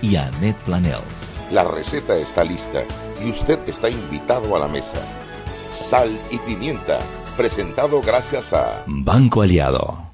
y Annette Planels. La receta está lista y usted está invitado a la mesa. Sal y Pimienta, presentado gracias a Banco Aliado.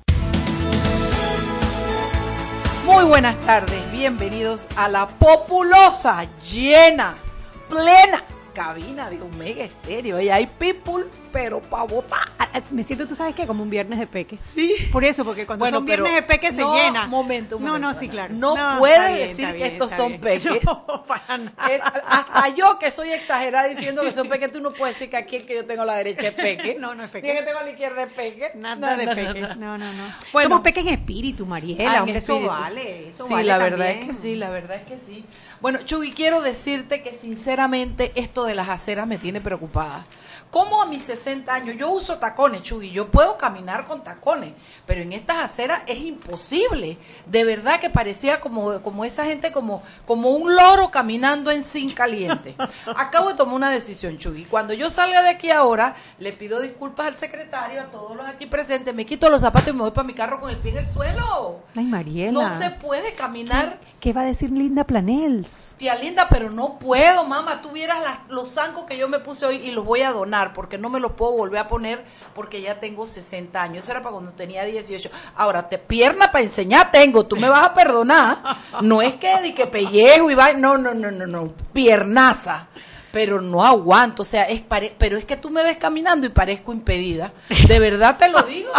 Muy buenas tardes, bienvenidos a la populosa, llena, plena cabina de Omega Estéreo. Y hay people, pero pa' votar. Me siento, ¿tú sabes qué? Como un viernes de peque. Sí. Por eso, porque cuando son viernes de peque se llena. Momento. No, sí, claro. No puedes decir que estos son peques. No, para nada. Hasta yo, que soy exagerada diciendo que son peques, tú no puedes decir que aquí el que yo tengo a la derecha es peque. No es peque. Ni el que tengo a la izquierda es peque. Nada de peque. No. Bueno, somos peque en espíritu, Mariela. en Eso espíritu. vale. Eso Sí, vale la también. verdad es que sí. Bueno, Chugui, quiero decirte que sinceramente esto de las aceras me tiene preocupada. ¿Cómo a mis 60 años? Yo uso tacones, Chugui, yo puedo caminar con tacones, pero en estas aceras es imposible. De verdad que parecía como esa gente, como un loro caminando en zinc caliente. Acabo de tomar una decisión, Chugui. Cuando yo salga de aquí ahora, le pido disculpas al secretario, a todos los aquí presentes, me quito los zapatos y me voy para mi carro con el pie en el suelo. Ay, Mariela. No se puede caminar. ¿Qué va a decir Linda Planels? Tía Linda, pero no puedo, mamá. Tú vieras los zancos que yo me puse hoy y los voy a donar porque no me los puedo volver a poner porque ya tengo 60 años. Eso era para cuando tenía 18. Ahora, pierna para enseñar tengo. Tú me vas a perdonar. No es que pellejo y va. No. Piernaza. Pero no aguanto. O sea, pero es que tú me ves caminando y parezco impedida. De verdad te lo digo.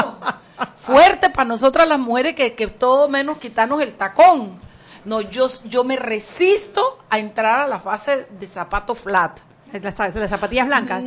Fuerte para nosotras las mujeres que todo menos quitarnos el tacón. No, yo me resisto a entrar a la fase de zapato flat. ¿Las zapatillas blancas?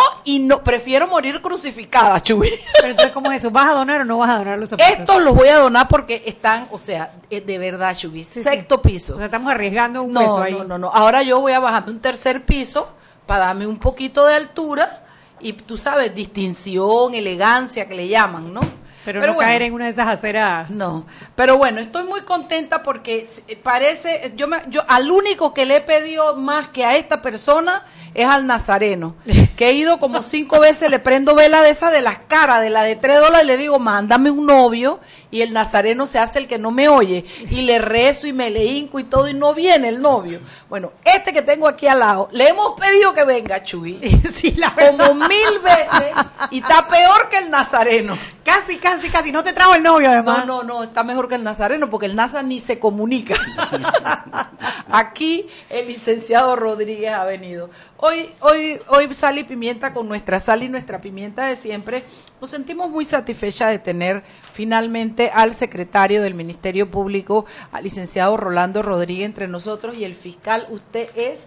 No, prefiero morir crucificada, Chuy. Pero entonces, ¿cómo es eso? ¿Vas a donar o no vas a donar los zapatos? Estos los voy a donar porque están, o sea, de verdad, Chuy, sexto piso. O sea, estamos arriesgando un peso ahí. No. Ahora yo voy a bajarme un tercer piso para darme un poquito de altura y, tú sabes, distinción, elegancia, que le llaman, ¿no? Pero no bueno, caer en una de esas aceras. No, pero bueno, estoy muy contenta porque parece, yo al único que le he pedido más que a esta persona es al Nazareno, que he ido como 5 veces, le prendo vela de esa de las caras, de la de $3, y le digo, mándame un novio, y el Nazareno se hace el que no me oye, y le rezo y me le hinco y todo, y no viene el novio. Bueno, este que tengo aquí al lado, le hemos pedido que venga, Chuy, Sí, como 1000 veces, y está peor que el Nazareno. Casi, no te trajo el novio además. No, está mejor que el Nazareno, porque el Naza ni se comunica. Aquí el licenciado Rodríguez ha venido. Hoy Sal y Pimienta, con nuestra sal y nuestra pimienta de siempre, nos sentimos muy satisfechas de tener finalmente al secretario del Ministerio Público, al licenciado Rolando Rodríguez, entre nosotros, y el fiscal, usted es,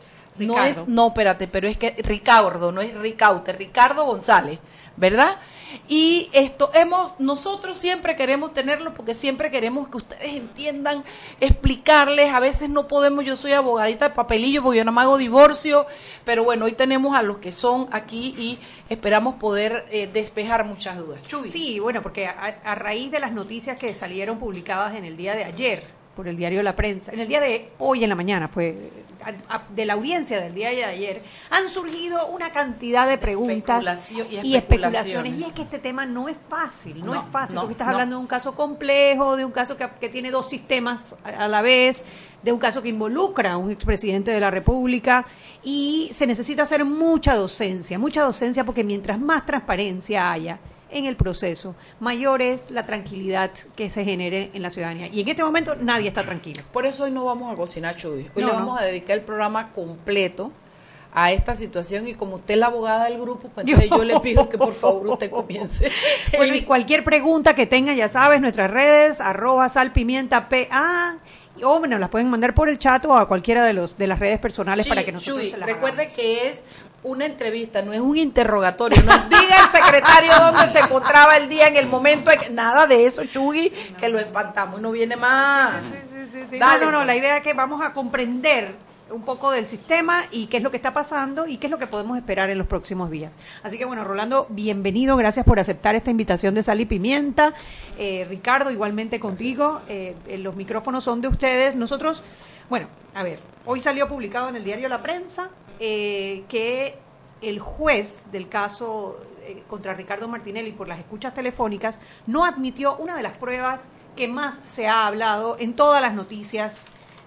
pero es que Ricardo, no es Ricaute, Ricardo González, ¿verdad? Y nosotros siempre queremos tenerlo porque siempre queremos que ustedes entiendan, explicarles, a veces no podemos, yo soy abogadita de papelillo porque yo no me hago divorcio, pero bueno, hoy tenemos a los que son aquí y esperamos poder despejar muchas dudas. Chuy. Sí, bueno, porque a raíz de las noticias que salieron publicadas en el día de ayer, por el diario La Prensa, en el día de hoy en la mañana, fue de la audiencia del día de ayer, han surgido una cantidad de preguntas y especulaciones. Y es que este tema no es fácil, porque estás hablando de un caso complejo, de un caso que tiene 2 sistemas a la vez, de un caso que involucra a un expresidente de la República, y se necesita hacer mucha docencia porque mientras más transparencia haya en el proceso, mayor es la tranquilidad que se genere en la ciudadanía. Y en este momento nadie está tranquilo. Por eso hoy no vamos a cocinar, Chuy. Hoy le vamos a dedicar el programa completo a esta situación, y como usted es la abogada del grupo, pues entonces yo le pido que por favor usted comience. Bueno, y cualquier pregunta que tenga, ya sabes, nuestras redes, @salpimientapa, o bueno, las pueden mandar por el chat o a cualquiera de las redes personales para que nosotros Chuy, se las recuerde hagamos. que es una entrevista, no es un interrogatorio. Nos diga el secretario dónde se encontraba el día, en el momento, nada de eso, Chuy, que lo espantamos y no viene más. Sí. Dale, No, la idea es que vamos a comprender un poco del sistema y qué es lo que está pasando y qué es lo que podemos esperar en los próximos días. Así que bueno, Rolando, bienvenido, gracias por aceptar esta invitación de Sal y Pimienta. Ricardo, igualmente contigo, los micrófonos son de ustedes. Nosotros, bueno, a ver, hoy salió publicado en el diario La Prensa que el juez del caso contra Ricardo Martinelli por las escuchas telefónicas no admitió una de las pruebas que más se ha hablado en todas las noticias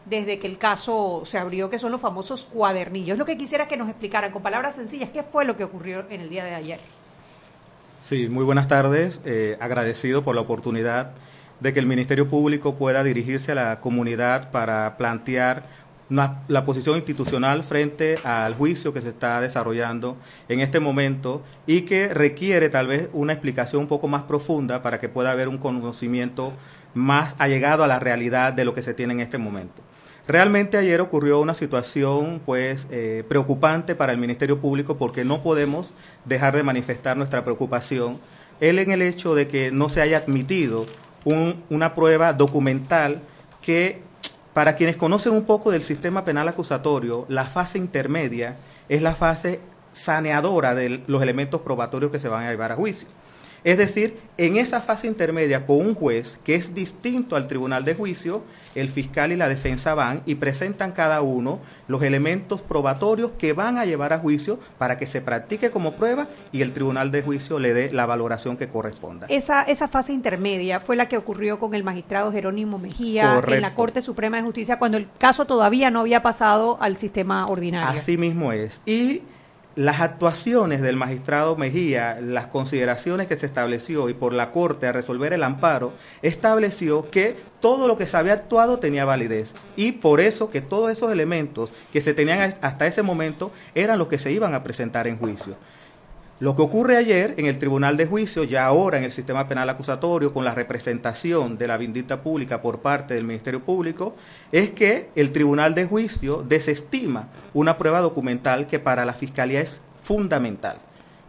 desde que el caso se abrió, que son los famosos cuadernillos. Lo que quisiera que nos explicaran con palabras sencillas qué fue lo que ocurrió en el día de ayer. Sí, muy buenas tardes. Agradecido por la oportunidad de que el Ministerio Público pueda dirigirse a la comunidad para plantear la posición institucional frente al juicio que se está desarrollando en este momento y que requiere tal vez una explicación un poco más profunda para que pueda haber un conocimiento más allegado a la realidad de lo que se tiene en este momento. Realmente ayer ocurrió una situación preocupante para el Ministerio Público porque no podemos dejar de manifestar nuestra preocupación en el hecho de que no se haya admitido una prueba documental que, para quienes conocen un poco del sistema penal acusatorio, la fase intermedia es la fase saneadora de los elementos probatorios que se van a llevar a juicio. Es decir, en esa fase intermedia con un juez que es distinto al tribunal de juicio, el fiscal y la defensa van y presentan cada uno los elementos probatorios que van a llevar a juicio para que se practique como prueba y el tribunal de juicio le dé la valoración que corresponda. Esa fase intermedia fue la que ocurrió con el magistrado Jerónimo Mejía. Correcto. En la Corte Suprema de Justicia cuando el caso todavía no había pasado al sistema ordinario. Así mismo es. Y las actuaciones del magistrado Mejía, las consideraciones que se estableció y por la Corte a resolver el amparo, estableció que todo lo que se había actuado tenía validez y por eso que todos esos elementos que se tenían hasta ese momento eran los que se iban a presentar en juicio. Lo que ocurre ayer en el Tribunal de Juicio, ya ahora en el sistema penal acusatorio, con la representación de la vindicta pública por parte del Ministerio Público, es que el Tribunal de Juicio desestima una prueba documental que para la Fiscalía es fundamental,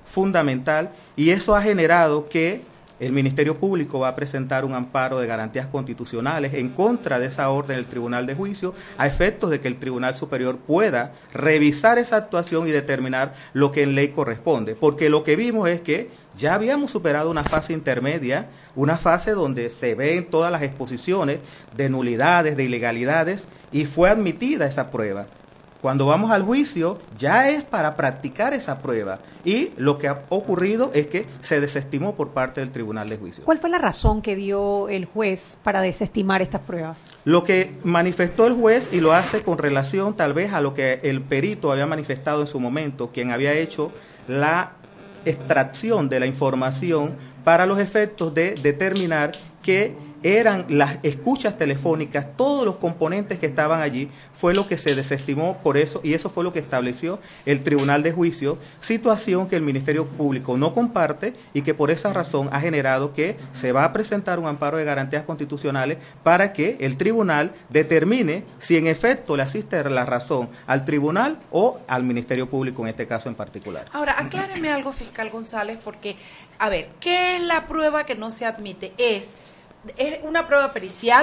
y eso ha generado que el Ministerio Público va a presentar un amparo de garantías constitucionales en contra de esa orden del Tribunal de Juicio a efectos de que el Tribunal Superior pueda revisar esa actuación y determinar lo que en ley corresponde. Porque lo que vimos es que ya habíamos superado una fase intermedia, una fase donde se ven todas las exposiciones de nulidades, de ilegalidades, y fue admitida esa prueba. Cuando vamos al juicio ya es para practicar esa prueba y lo que ha ocurrido es que se desestimó por parte del Tribunal de Juicio. ¿Cuál fue la razón que dio el juez para desestimar estas pruebas? Lo que manifestó el juez, y lo hace con relación tal vez a lo que el perito había manifestado en su momento, quien había hecho la extracción de la información para los efectos de determinar que eran las escuchas telefónicas, todos los componentes que estaban allí, fue lo que se desestimó por eso, y eso fue lo que estableció el Tribunal de Juicio, situación que el Ministerio Público no comparte y que por esa razón ha generado que se va a presentar un amparo de garantías constitucionales para que el tribunal determine si en efecto le asiste la razón al tribunal o al Ministerio Público en este caso en particular. Ahora, acláreme algo, fiscal González, porque, a ver, ¿qué es la prueba que no se admite? Es una prueba pericial,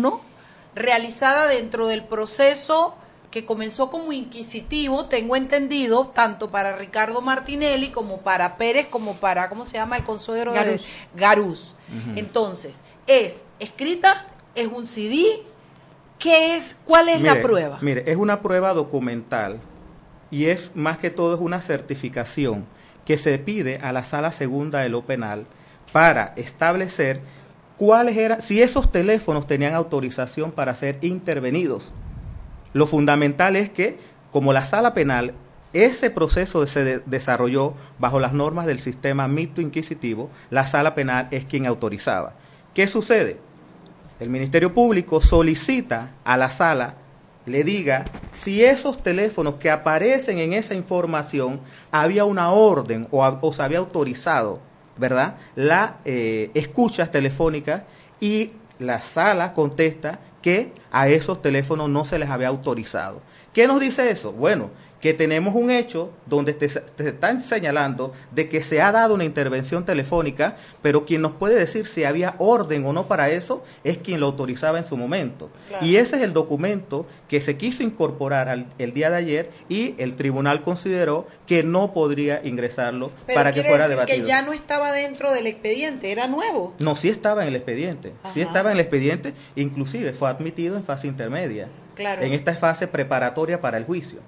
realizada dentro del proceso que comenzó como inquisitivo, tengo entendido, tanto para Ricardo Martinelli como para Pérez, como para, ¿cómo se llama? El consuegro de Garús. Entonces, ¿es escrita? ¿Es un CD? ¿Qué es? ¿Cuál es la prueba? Mire, es una prueba documental y es más que todo es una certificación que se pide a la Sala Segunda de lo Penal para establecer cuáles eran, si esos teléfonos tenían autorización para ser intervenidos. Lo fundamental es que, como la Sala Penal, ese proceso se desarrolló bajo las normas del sistema mixto inquisitivo, la Sala Penal es quien autorizaba. ¿Qué sucede? El Ministerio Público solicita a la Sala le diga si esos teléfonos que aparecen en esa información había una orden o se había autorizado, ¿verdad?, la escuchas telefónicas, y la Sala contesta que a esos teléfonos no se les había autorizado. ¿Qué nos dice eso? Bueno, que tenemos un hecho donde te están señalando de que se ha dado una intervención telefónica, pero quien nos puede decir si había orden o no para eso es quien lo autorizaba en su momento. Claro. Y ese es el documento que se quiso incorporar el día de ayer y el tribunal consideró que no podría ingresarlo para que fuera debatido. Pero que ya no estaba dentro del expediente, ¿era nuevo? No, sí estaba en el expediente. Ajá. Sí estaba en el expediente, inclusive fue admitido en fase intermedia. Claro. En esta fase preparatoria para el juicio.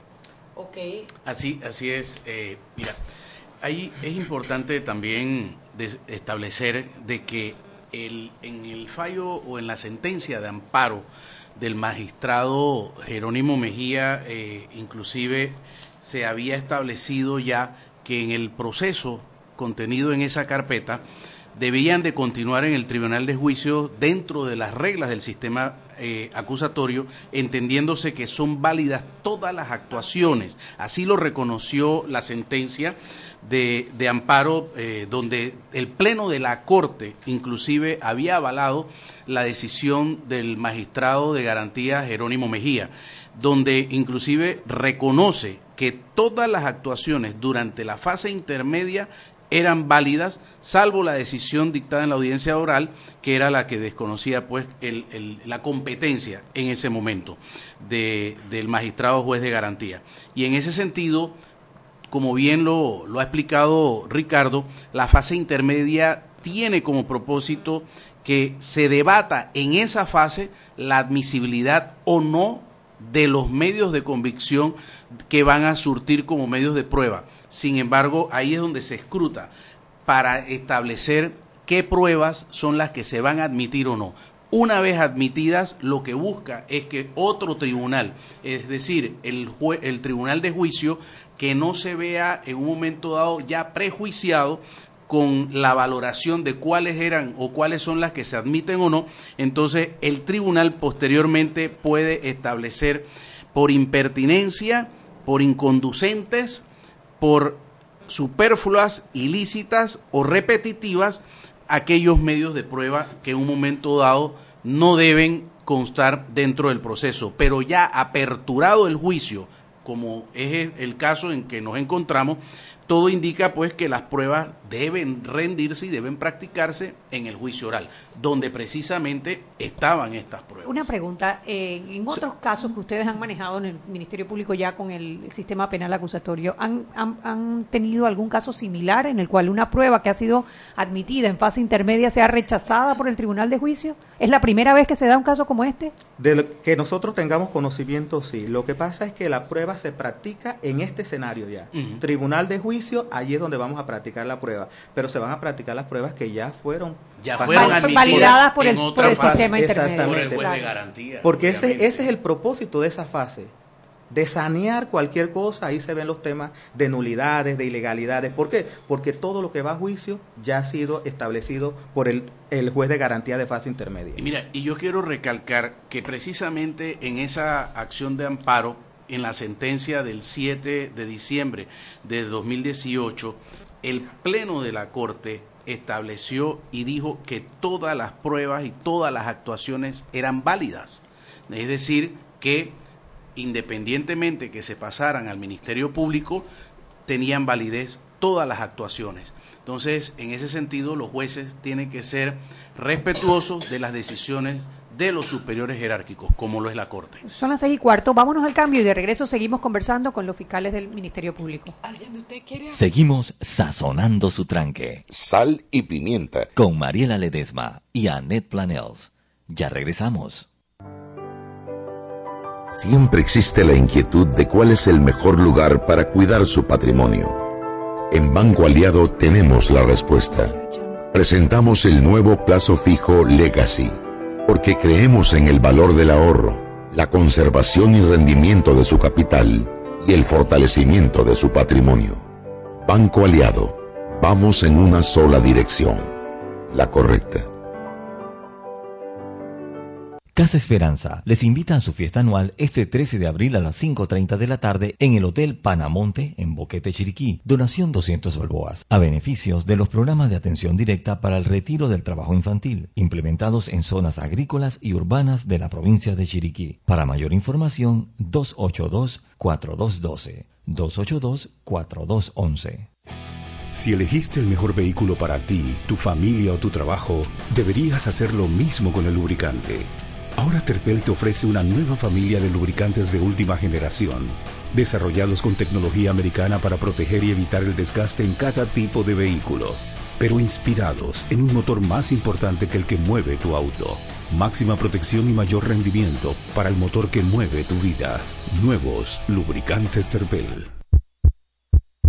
Okay. Así es. Mira, ahí es importante también establecer de que en el fallo o en la sentencia de amparo del magistrado Jerónimo Mejía, inclusive se había establecido ya que en el proceso contenido en esa carpeta debían de continuar en el tribunal de juicio dentro de las reglas del sistema acusatorio, entendiéndose que son válidas todas las actuaciones. Así lo reconoció la sentencia de amparo, donde el Pleno de la Corte inclusive había avalado la decisión del magistrado de garantía Jerónimo Mejía, donde inclusive reconoce que todas las actuaciones durante la fase intermedia eran válidas, salvo la decisión dictada en la audiencia oral, que era la que desconocía pues la competencia en ese momento del magistrado juez de garantía. Y en ese sentido, como bien lo ha explicado Ricardo, la fase intermedia tiene como propósito que se debata en esa fase la admisibilidad o no de los medios de convicción que van a surtir como medios de prueba. Sin embargo, ahí es donde se escruta para establecer qué pruebas son las que se van a admitir o no. Una vez admitidas, lo que busca es que otro tribunal, es decir, el tribunal de juicio, que no se vea en un momento dado ya prejuiciado con la valoración de cuáles eran o cuáles son las que se admiten o no. Entonces el tribunal posteriormente puede establecer por impertinencia, por inconducentes, por superfluas, ilícitas o repetitivas aquellos medios de prueba que en un momento dado no deben constar dentro del proceso, pero ya aperturado el juicio, como es el caso en que nos encontramos, todo indica pues que las pruebas deben rendirse y deben practicarse en el juicio oral, donde precisamente estaban estas pruebas. Una pregunta, en otros casos que ustedes han manejado en el Ministerio Público ya con el sistema penal acusatorio, ¿han tenido algún caso similar en el cual una prueba que ha sido admitida en fase intermedia sea rechazada por el Tribunal de Juicio? ¿Es la primera vez que se da un caso como este? De lo que nosotros tengamos conocimiento, sí. Lo que pasa es que la prueba se practica en este escenario ya. Tribunal de Juicio, allí es donde vamos a practicar la prueba, pero se van a practicar las pruebas que ya fueron validadas por el sistema intermedio. Por el juez de garantía. Porque ese es el propósito de esa fase, de sanear cualquier cosa. Ahí se ven los temas de nulidades, de ilegalidades. ¿Por qué? Porque todo lo que va a juicio ya ha sido establecido por el juez de garantía de fase intermedia. Y mira, y yo quiero recalcar que precisamente en esa acción de amparo, en la sentencia del 7 de diciembre de 2018, el Pleno de la Corte estableció y dijo que todas las pruebas y todas las actuaciones eran válidas. Es decir, que independientemente que se pasaran al Ministerio Público, tenían validez todas las actuaciones. Entonces, en ese sentido, los jueces tienen que ser respetuosos de las decisiones de los superiores jerárquicos, como lo es la Corte. Son las 6:15, vámonos al cambio y de regreso seguimos conversando con los fiscales del Ministerio Público. ¿Alguien de ustedes quiere? Seguimos sazonando su tranque. Sal y pimienta. Con Mariela Ledesma y Annette Planels. Ya regresamos. Siempre existe la inquietud de cuál es el mejor lugar para cuidar su patrimonio. En Banco Aliado tenemos la respuesta. Presentamos el nuevo plazo fijo Legacy, porque creemos en el valor del ahorro, la conservación y rendimiento de su capital y el fortalecimiento de su patrimonio. Banco Aliado, vamos en una sola dirección, la correcta. Casa Esperanza les invita a su fiesta anual este 13 de abril a las 5:30 de la tarde en el Hotel Panamonte en Boquete, Chiriquí. Donación 200 balboas a beneficios de los programas de atención directa para el retiro del trabajo infantil, implementados en zonas agrícolas y urbanas de la provincia de Chiriquí. Para mayor información, 282-4212, 282-4211. Si elegiste el mejor vehículo para ti, tu familia o tu trabajo, deberías hacer lo mismo con el lubricante. Ahora Terpel te ofrece una nueva familia de lubricantes de última generación, desarrollados con tecnología americana para proteger y evitar el desgaste en cada tipo de vehículo, pero inspirados en un motor más importante que el que mueve tu auto. Máxima protección y mayor rendimiento para el motor que mueve tu vida. Nuevos lubricantes Terpel.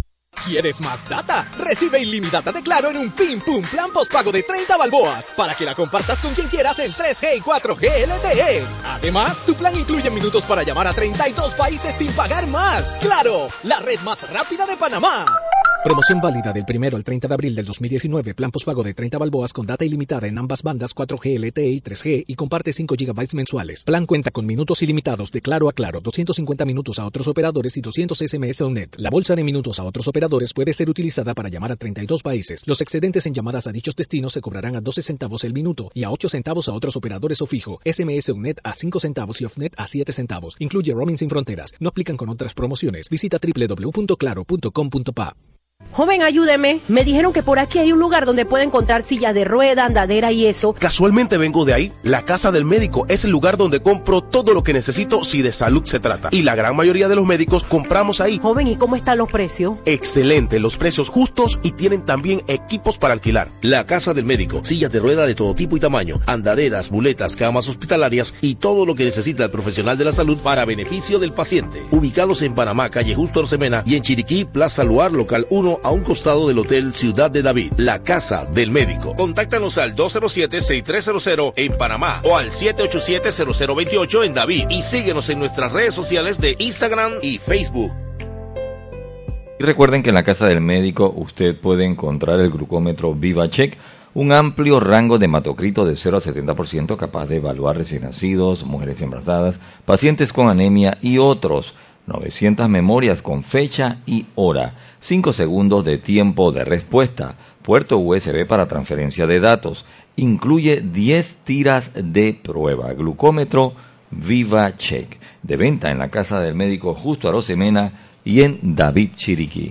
¿Quieres más data? Recibe ilimitada de Claro en un Pim Pum Plan postpago de 30 balboas para que la compartas con quien quieras en 3G y 4G LTE. Además, tu plan incluye minutos para llamar a 32 países sin pagar más. ¡Claro! La red más rápida de Panamá. Promoción válida del 1 al 30 de abril del 2019. Plan postpago de 30 balboas con data ilimitada en ambas bandas 4G LTE y 3G y comparte 5 GB mensuales. Plan cuenta con minutos ilimitados de Claro a Claro, 250 minutos a otros operadores y 200 SMS on net. La bolsa de minutos a otros operadores puede ser utilizada para llamar a 32 países. Los excedentes en llamadas a dichos destinos se cobrarán a 12 centavos el minuto y a 8 centavos a otros operadores o fijo. SMS on net a 5 centavos y off net a 7 centavos. Incluye roaming sin fronteras. No aplican con otras promociones. Visita www.claro.com.pa. Joven, ayúdeme. Me dijeron que por aquí hay un lugar donde puede encontrar sillas de rueda, andadera y eso. Casualmente vengo de ahí. La Casa del Médico es el lugar donde compro todo lo que necesito si de salud se trata. Y la gran mayoría de los médicos compramos ahí. Joven, ¿y cómo están los precios? Excelente, los precios justos y tienen también equipos para alquilar. La Casa del Médico, sillas de rueda de todo tipo y tamaño, andaderas, muletas, camas hospitalarias y todo lo que necesita el profesional de la salud para beneficio del paciente. Ubicados en Panamá, calle Justo Arosemena y en Chiriquí, Plaza Luar, local 1 a un costado del Hotel Ciudad de David. La Casa del Médico. Contáctanos al 207-6300 en Panamá o al 787-0028 en David y síguenos en nuestras redes sociales de Instagram y Facebook. Y recuerden que en la Casa del Médico usted puede encontrar el glucómetro VivaCheck, un amplio rango de hematocrito de 0 a 70% capaz de evaluar recién nacidos, mujeres embarazadas, pacientes con anemia y otros. 900 memorias con fecha y hora, 5 segundos de tiempo de respuesta, puerto USB para transferencia de datos, incluye 10 tiras de prueba, glucómetro VivaCheck, de venta en la Casa del Médico Justo Arosemena y en David Chiriquí.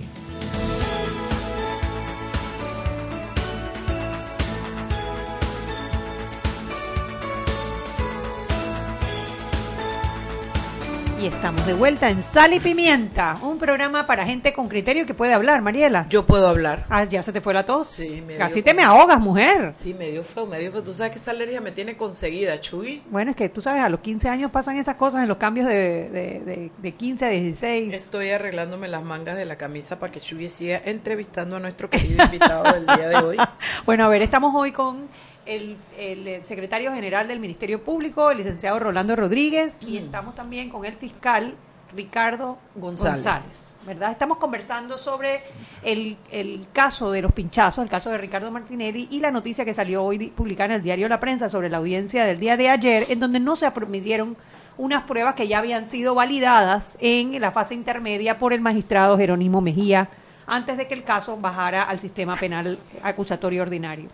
Y estamos de vuelta en Sal y Pimienta, un programa para gente con criterio que puede hablar, Mariela. Yo puedo hablar. Ah, ya se te fue la tos. Sí, casi te me ahogas, mujer. Sí, me dio feo. Tú sabes que esa alergia me tiene conseguida, Chuy. Bueno, es que tú sabes, a los 15 años pasan esas cosas en los cambios de 15 a 16. Estoy arreglándome las mangas de la camisa para que Chuy siga entrevistando a nuestro querido invitado del día de hoy. Bueno, a ver, estamos hoy con el secretario general del Ministerio Público, el licenciado Rolando Rodríguez, y estamos también con el fiscal Ricardo González, ¿verdad? Estamos conversando sobre el caso de los pinchazos, el caso de Ricardo Martinelli y la noticia que salió hoy publicada en el diario La Prensa sobre la audiencia del día de ayer, en donde no se permitieron unas pruebas que ya habían sido validadas en la fase intermedia por el magistrado Jerónimo Mejía, antes de que el caso bajara al sistema penal acusatorio ordinario.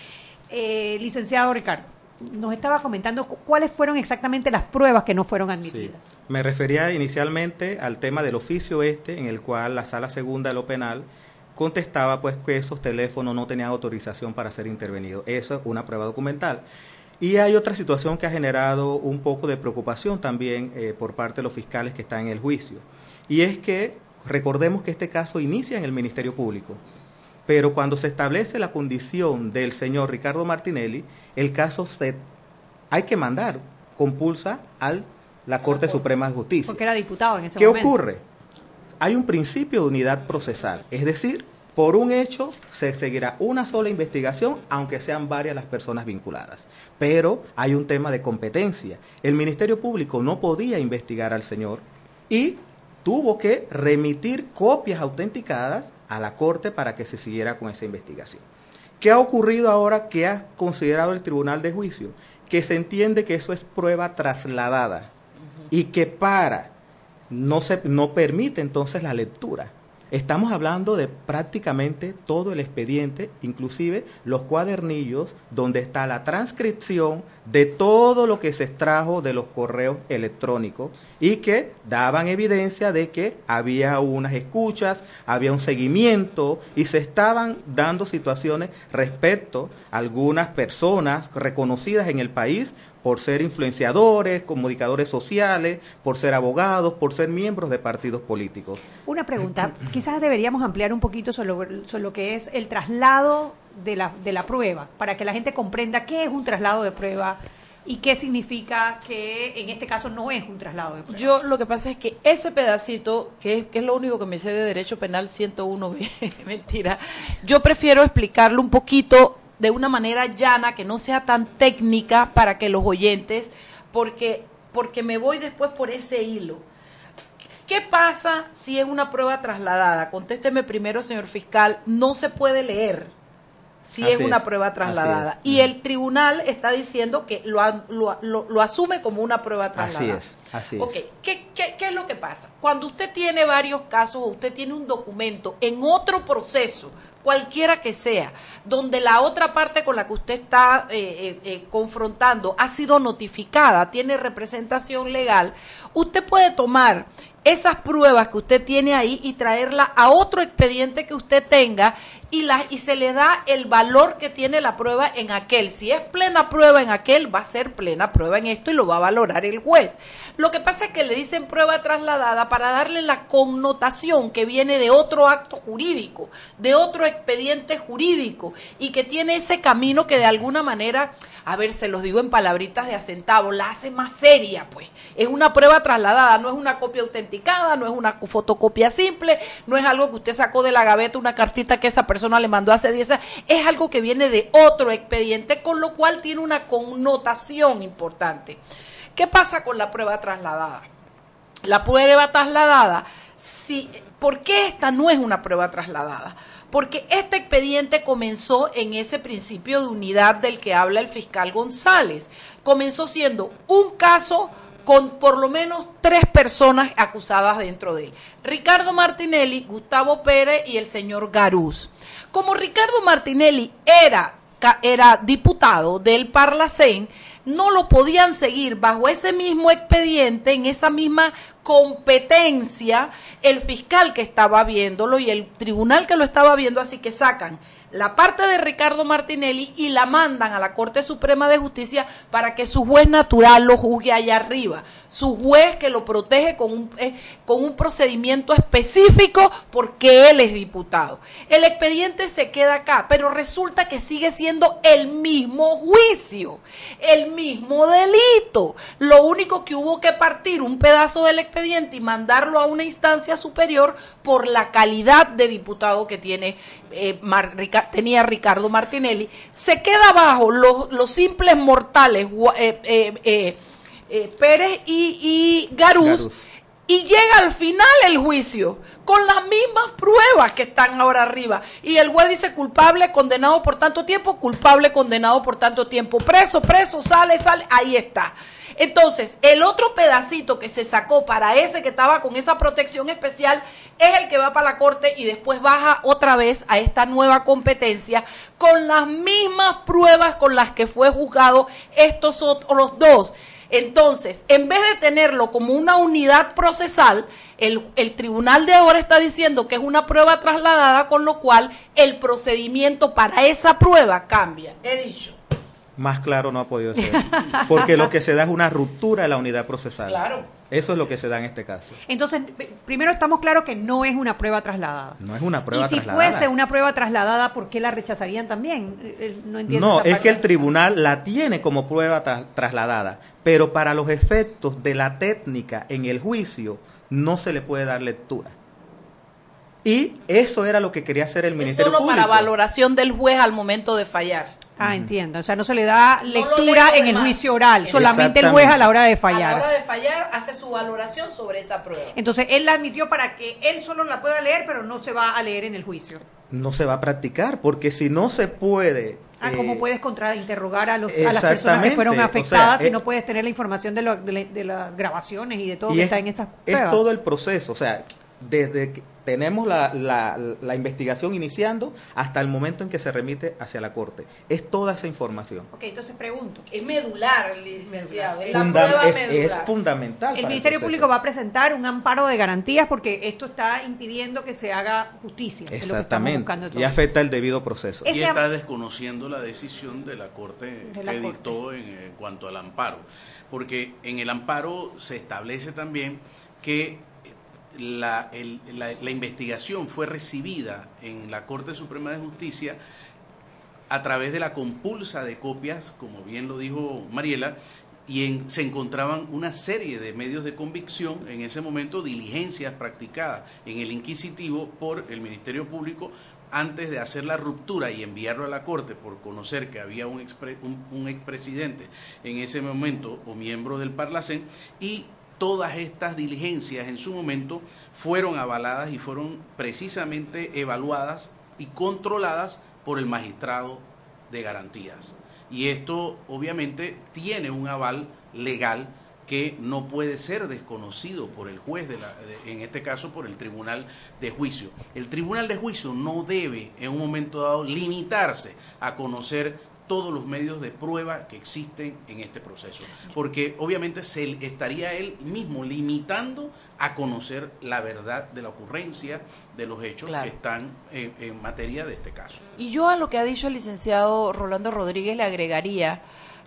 Licenciado Ricardo, nos estaba comentando cuáles fueron exactamente las pruebas que no fueron admitidas. Sí. Me refería inicialmente al tema del oficio en el cual la Sala Segunda de lo Penal contestaba pues que esos teléfonos no tenían autorización para ser intervenidos. Eso es una prueba documental. Y hay otra situación que ha generado un poco de preocupación también por parte de los fiscales que están en el juicio. Y es que recordemos que este caso inicia en el Ministerio Público. Pero cuando se establece la condición del señor Ricardo Martinelli, el caso hay que mandar, compulsa a la Corte Suprema de Justicia. Porque era diputado en ese momento. ¿Qué ocurre? Hay un principio de unidad procesal, es decir, por un hecho se seguirá una sola investigación, aunque sean varias las personas vinculadas. Pero hay un tema de competencia. El Ministerio Público no podía investigar al señor y tuvo que remitir copias autenticadas a la Corte para que se siguiera con esa investigación. ¿Qué ha ocurrido ahora? ¿Qué ha considerado el Tribunal de Juicio? Que se entiende que eso es prueba trasladada y que no permite entonces la lectura. Estamos hablando de prácticamente todo el expediente, inclusive los cuadernillos donde está la transcripción de todo lo que se extrajo de los correos electrónicos y que daban evidencia de que había unas escuchas, había un seguimiento y se estaban dando situaciones respecto a algunas personas reconocidas en el país por ser influenciadores, comunicadores sociales, por ser abogados, por ser miembros de partidos políticos. Una pregunta, quizás deberíamos ampliar un poquito sobre lo que es el traslado de la prueba, para que la gente comprenda qué es un traslado de prueba, ¿Y qué significa que en este caso no es un traslado de prueba? Yo lo que pasa es que ese pedacito, que es lo único que me sé de Derecho Penal 101, mentira, yo prefiero explicarlo un poquito de una manera llana, que no sea tan técnica para que los oyentes, porque me voy después por ese hilo. ¿Qué pasa si es una prueba trasladada? Contésteme primero, señor fiscal, no se puede leer si es una prueba trasladada. Y el tribunal está diciendo que lo asume como una prueba trasladada. Así es. Ok, ¿Qué es lo que pasa? Cuando usted tiene varios casos o usted tiene un documento en otro proceso, cualquiera que sea, donde la otra parte con la que usted está confrontando ha sido notificada, tiene representación legal, usted puede tomar esas pruebas que usted tiene ahí y traerla a otro expediente que usted tenga y se le da el valor que tiene la prueba en aquel. Si es plena prueba en aquel, va a ser plena prueba en esto y lo va a valorar el juez. Lo que pasa es que le dicen prueba trasladada para darle la connotación que viene de otro acto jurídico, de otro expediente jurídico y que tiene ese camino que de alguna manera, a ver, se los digo en palabritas de a centavo, la hace más seria, pues. Es una prueba trasladada, no es una copia autenticada, no es una fotocopia simple, no es algo que usted sacó de la gaveta, una cartita que esa persona le mandó hace 10 años, es algo que viene de otro expediente, con lo cual tiene una connotación importante. ¿Qué pasa con la prueba trasladada? La prueba trasladada, ¿por qué esta no es una prueba trasladada? Porque este expediente comenzó en ese principio de unidad del que habla el fiscal González. Comenzó siendo un caso con por lo menos 3 personas acusadas dentro de él. Ricardo Martinelli, Gustavo Pérez y el señor Garús. Como Ricardo Martinelli era diputado del Parlacén, no lo podían seguir bajo ese mismo expediente, en esa misma competencia, el fiscal que estaba viéndolo y el tribunal que lo estaba viendo, así que sacan la parte de Ricardo Martinelli y la mandan a la Corte Suprema de Justicia para que su juez natural lo juzgue allá arriba, su juez que lo protege con un procedimiento específico porque él es diputado. El expediente se queda acá, pero resulta que sigue siendo el mismo juicio, el mismo delito. Lo único que hubo que partir un pedazo del expediente y mandarlo a una instancia superior por la calidad de diputado que tenía Ricardo Martinelli. Se queda abajo los simples mortales Pérez y Garús. Y llega al final el juicio con las mismas pruebas que están ahora arriba. Y el juez dice culpable, condenado por tanto tiempo, culpable, condenado por tanto tiempo, preso, sale, ahí está. Entonces, el otro pedacito que se sacó para ese que estaba con esa protección especial es el que va para la corte y después baja otra vez a esta nueva competencia con las mismas pruebas con las que fue juzgado estos otros dos. Entonces, en vez de tenerlo como una unidad procesal, el tribunal de ahora está diciendo que es una prueba trasladada, con lo cual el procedimiento para esa prueba cambia. He dicho. Más claro no ha podido ser, porque lo que se da es una ruptura de la unidad procesal. Claro. Eso es lo que se da en este caso. Entonces, primero estamos claros que no es una prueba trasladada. No es una prueba trasladada. Y si fuese una prueba trasladada, ¿por qué la rechazarían también? No entiendo. No, es que el tribunal la tiene como prueba trasladada, pero para los efectos de la técnica en el juicio no se le puede dar lectura. Y eso era lo que quería hacer el Ministerio Público. Solo para valoración del juez al momento de fallar. Entiendo. O sea, no se le da lectura en el juicio oral, solamente el juez a la hora de fallar. A la hora de fallar hace su valoración sobre esa prueba. Entonces, él la admitió para que él solo la pueda leer, pero no se va a leer en el juicio. No se va a practicar, porque si no se puede... ¿Cómo puedes contrainterrogar a las personas que fueron afectadas si no puedes tener la información de las grabaciones y de todo que está en esas pruebas? Es todo el proceso, o sea, desde que tenemos la investigación iniciando hasta el momento en que se remite hacia la Corte. Es toda esa información. Ok, entonces pregunto. Es medular, licenciado. Es fundamental. El Ministerio Público va a presentar un amparo de garantías porque esto está impidiendo que se haga justicia. Exactamente. Y afecta el debido proceso. Y está desconociendo la decisión de la Corte que dictó en cuanto al amparo. Porque en el amparo se establece también que la investigación fue recibida en la Corte Suprema de Justicia a través de la compulsa de copias, como bien lo dijo Mariela, y se encontraban una serie de medios de convicción, en ese momento diligencias practicadas en el inquisitivo por el Ministerio Público antes de hacer la ruptura y enviarlo a la Corte por conocer que había un expresidente en ese momento o miembro del Parlacén, y todas estas diligencias en su momento fueron avaladas y fueron precisamente evaluadas y controladas por el magistrado de garantías. Y esto obviamente tiene un aval legal que no puede ser desconocido por el juez, en este caso por el tribunal de juicio. El tribunal de juicio no debe en un momento dado limitarse a conocer todos los medios de prueba que existen en este proceso, porque obviamente se estaría él mismo limitando a conocer la verdad de la ocurrencia de los hechos que están en materia de este caso. Y yo a lo que ha dicho el licenciado Rolando Rodríguez le agregaría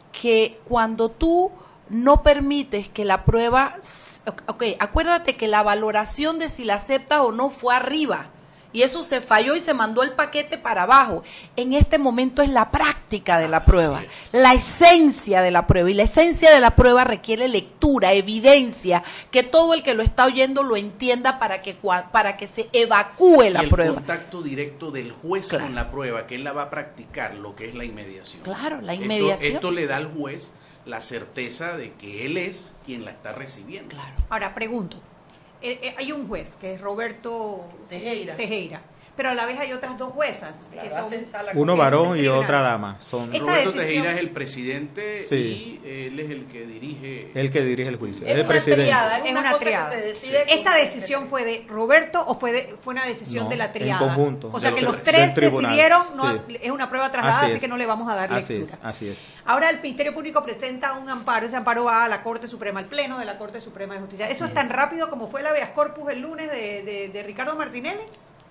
que cuando tú no permites que la prueba, acuérdate que la valoración de si la aceptas o no fue arriba, y eso se falló y se mandó el paquete para abajo. En este momento es la práctica de la prueba, la esencia de la prueba, y la esencia de la prueba requiere lectura, evidencia, que todo el que lo está oyendo lo entienda para que se evacúe la prueba. El contacto directo del juez con la prueba, que él la va a practicar, lo que es la inmediación. Claro, la inmediación. Esto le da al juez la certeza de que él es quien la está recibiendo. Claro. Ahora, pregunto. Hay un juez que es Roberto Tejera, pero a la vez hay otras dos juezas que son uno varón y otra dama. Roberto Tejera es el presidente y él es el que dirige el juicio. Es el presidente. Es una triada. ¿Esta decisión fue de Roberto o fue una decisión de la triada? En conjunto. O sea que los tres decidieron, es una prueba trasladada, así que no le vamos a dar lectura. Así es. Ahora el Ministerio Público presenta un amparo, ese amparo va a la Corte Suprema, al Pleno de la Corte Suprema de Justicia. ¿Eso es tan rápido como fue la habeas corpus el lunes de Ricardo Martinelli?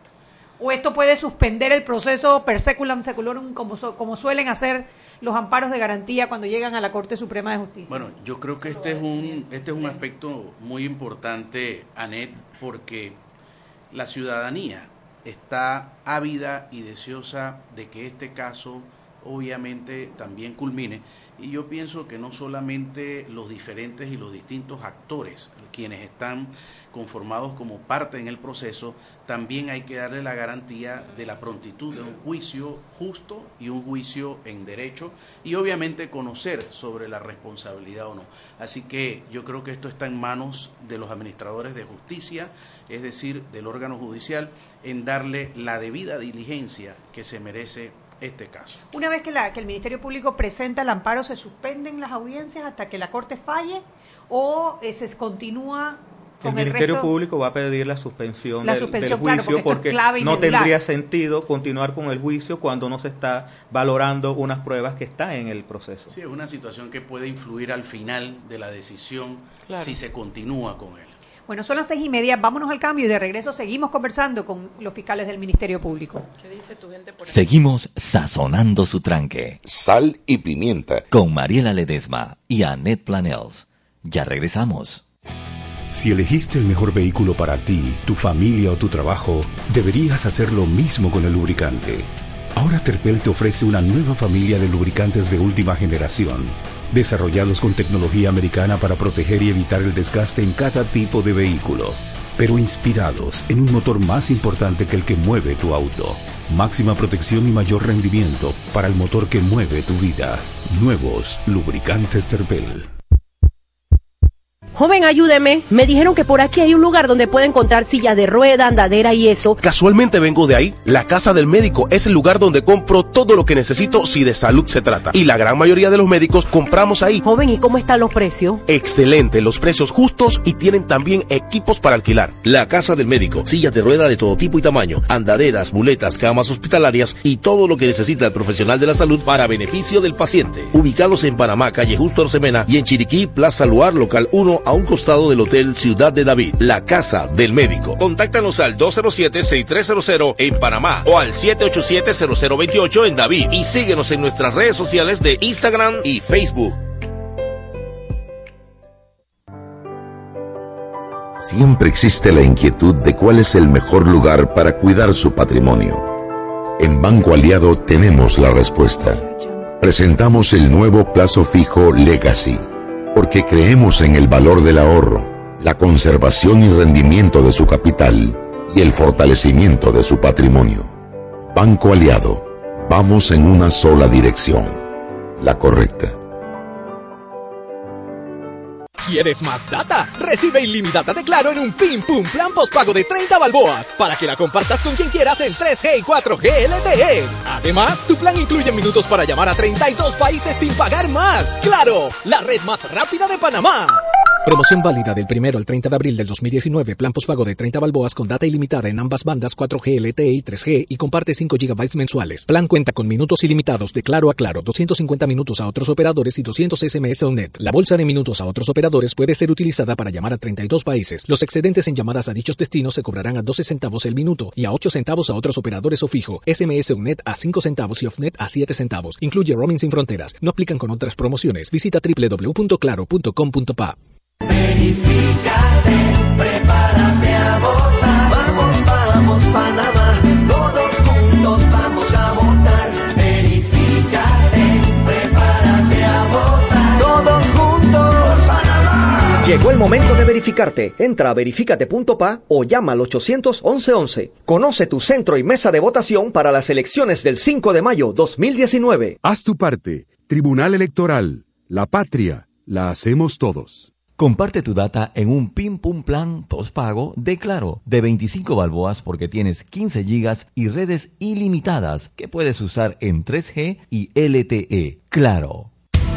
¿O esto puede suspender el proceso per seculam seculorum como suelen hacer los amparos de garantía cuando llegan a la Corte Suprema de Justicia? Bueno, yo creo que este es un aspecto muy importante, Anet, porque la ciudadanía está ávida y deseosa de que este caso obviamente también culmine, y yo pienso que no solamente los diferentes y los distintos actores quienes están conformados como parte en el proceso, también hay que darle la garantía de la prontitud de un juicio justo y un juicio en derecho, y obviamente conocer sobre la responsabilidad o no. Así que yo creo que esto está en manos de los administradores de justicia, es decir, del órgano judicial, en darle la debida diligencia que se merece este caso. Una vez que el Ministerio Público presenta el amparo, ¿se suspenden las audiencias hasta que la Corte falle o se continúa con el Ministerio Público va a pedir la suspensión del juicio, claro, porque no tendría sentido continuar con el juicio cuando no se está valorando unas pruebas que están en el proceso. Sí, es una situación que puede influir al final de la decisión si se continúa con él. Bueno, son las 6:30, vámonos al cambio y de regreso seguimos conversando con los fiscales del Ministerio Público. ¿Qué dice tu gente por ahí? Seguimos sazonando su tranque. Sal y pimienta. Con Mariela Ledesma y Annette Planels. Ya regresamos. Si elegiste el mejor vehículo para ti, tu familia o tu trabajo, deberías hacer lo mismo con el lubricante. Ahora Terpel te ofrece una nueva familia de lubricantes de última generación, desarrollados con tecnología americana para proteger y evitar el desgaste en cada tipo de vehículo, pero inspirados en un motor más importante que el que mueve tu auto. Máxima protección y mayor rendimiento para el motor que mueve tu vida. Nuevos lubricantes Terpel. Joven, ayúdeme. Me dijeron que por aquí hay un lugar donde puede encontrar sillas de rueda, andadera y eso. Casualmente vengo de ahí. La Casa del Médico es el lugar donde compro todo lo que necesito si de salud se trata. Y la gran mayoría de los médicos compramos ahí. Joven, ¿y cómo están los precios? Excelente, los precios justos y tienen también equipos para alquilar. La Casa del Médico, sillas de rueda de todo tipo y tamaño, andaderas, muletas, camas hospitalarias y todo lo que necesita el profesional de la salud para beneficio del paciente. Ubicados en Panamá, calle Justo Arsemena, y en Chiriquí, Plaza Luar, local 1, a un costado del Hotel Ciudad de David. La Casa del Médico. Contáctanos al 207-6300 en Panamá o al 787-0028 en David, y síguenos en nuestras redes sociales de Instagram y Facebook. Siempre existe la inquietud de cuál es el mejor lugar para cuidar su patrimonio. En Banco Aliado tenemos la respuesta. Presentamos el nuevo plazo fijo Legacy, porque creemos en el valor del ahorro, la conservación y rendimiento de su capital y el fortalecimiento de su patrimonio. Banco Aliado, vamos en una sola dirección, la correcta. ¿Quieres más data? Recibe ilimitada de Claro en un Pim Pum Plan postpago de 30 balboas para que la compartas con quien quieras en 3G y 4G LTE. Además, tu plan incluye minutos para llamar a 32 países sin pagar más. ¡Claro! La red más rápida de Panamá. Promoción válida del 1 al 30 de abril del 2019. Plan postpago de 30 balboas con data ilimitada en ambas bandas 4G LTE y 3G y comparte 5 GB mensuales. Plan cuenta con minutos ilimitados de Claro a Claro, 250 minutos a otros operadores y 200 SMS on net. La bolsa de minutos a otros operadores puede ser utilizada para llamar a 32 países. Los excedentes en llamadas a dichos destinos se cobrarán a 12 centavos el minuto y a 8 centavos a otros operadores o fijo. SMS on net a 5 centavos y off net a 7 centavos. Incluye roaming sin fronteras. No aplican con otras promociones. Visita www.claro.com.pa. Verifícate, prepárate a votar. Vamos, vamos, Panamá, todos juntos vamos a votar. Verifícate, prepárate a votar. Todos juntos, Panamá. Llegó el momento de verificarte. Entra a verificate.pa o llama al 811-11. Conoce tu centro y mesa de votación para las elecciones del 5 de mayo 2019. Haz tu parte. Tribunal Electoral. La patria la hacemos todos. Comparte tu data en un Pim Pum Plan postpago de Claro, de 25 balboas porque tienes 15 gigas y redes ilimitadas que puedes usar en 3G y LTE. Claro.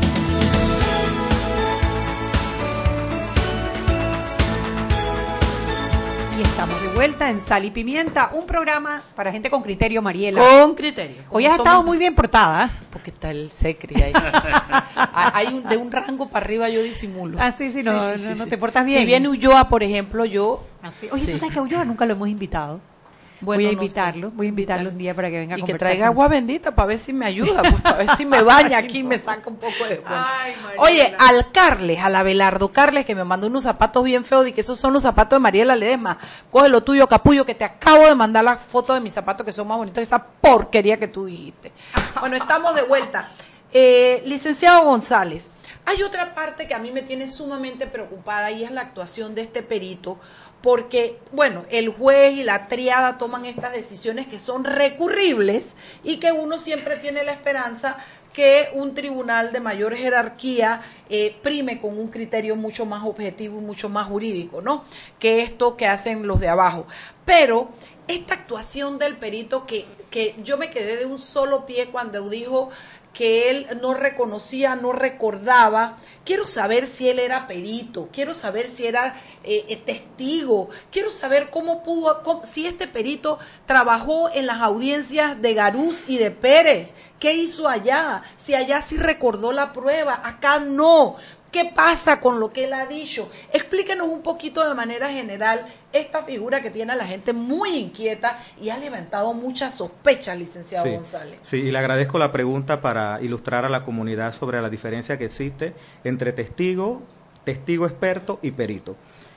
Y estamos de vuelta en Sal y Pimienta, un programa para gente con criterio, Mariela. Con criterio. Hoy has estado muy bien portada. Porque está el secre ahí. Hay de un rango para arriba yo disimulo. Ah, sí, no te portas bien. Si viene Ulloa, por ejemplo, yo... Así. Oye, tú sabes que a Ulloa nunca lo hemos invitado. Bueno, voy a invitarlo un día para que venga a conversar. Y que traiga agua bendita para ver si me ayuda, pues, para ver si me baña aquí y me saca un poco de... Bueno. Oye, al Carles, al Abelardo Carles, que me mandó unos zapatos bien feos, y que esos son los zapatos de Mariela Ledesma. Coge lo tuyo, capullo, que te acabo de mandar la foto de mis zapatos que son más bonitos que esa porquería que tú dijiste. Bueno, estamos de vuelta. Licenciado González, hay otra parte que a mí me tiene sumamente preocupada y es la actuación de este perito, porque, bueno, el juez y la tríada toman estas decisiones que son recurribles y que uno siempre tiene la esperanza que un tribunal de mayor jerarquía prime con un criterio mucho más objetivo y mucho más jurídico, ¿no? Que esto que hacen los de abajo. Pero esta actuación del perito que yo me quedé de un solo pie cuando dijo que él no reconocía, no recordaba. Quiero saber si él era perito, quiero saber si era testigo, quiero saber si este perito trabajó en las audiencias de Garús y de Pérez. ¿Qué hizo allá? Si allá sí recordó la prueba, acá no. ¿Qué pasa con lo que él ha dicho? Explíquenos un poquito de manera general esta figura que tiene a la gente muy inquieta y ha levantado muchas sospechas, licenciado González. Sí, y le agradezco la pregunta para ilustrar a la comunidad sobre la diferencia que existe entre testigo experto y perito.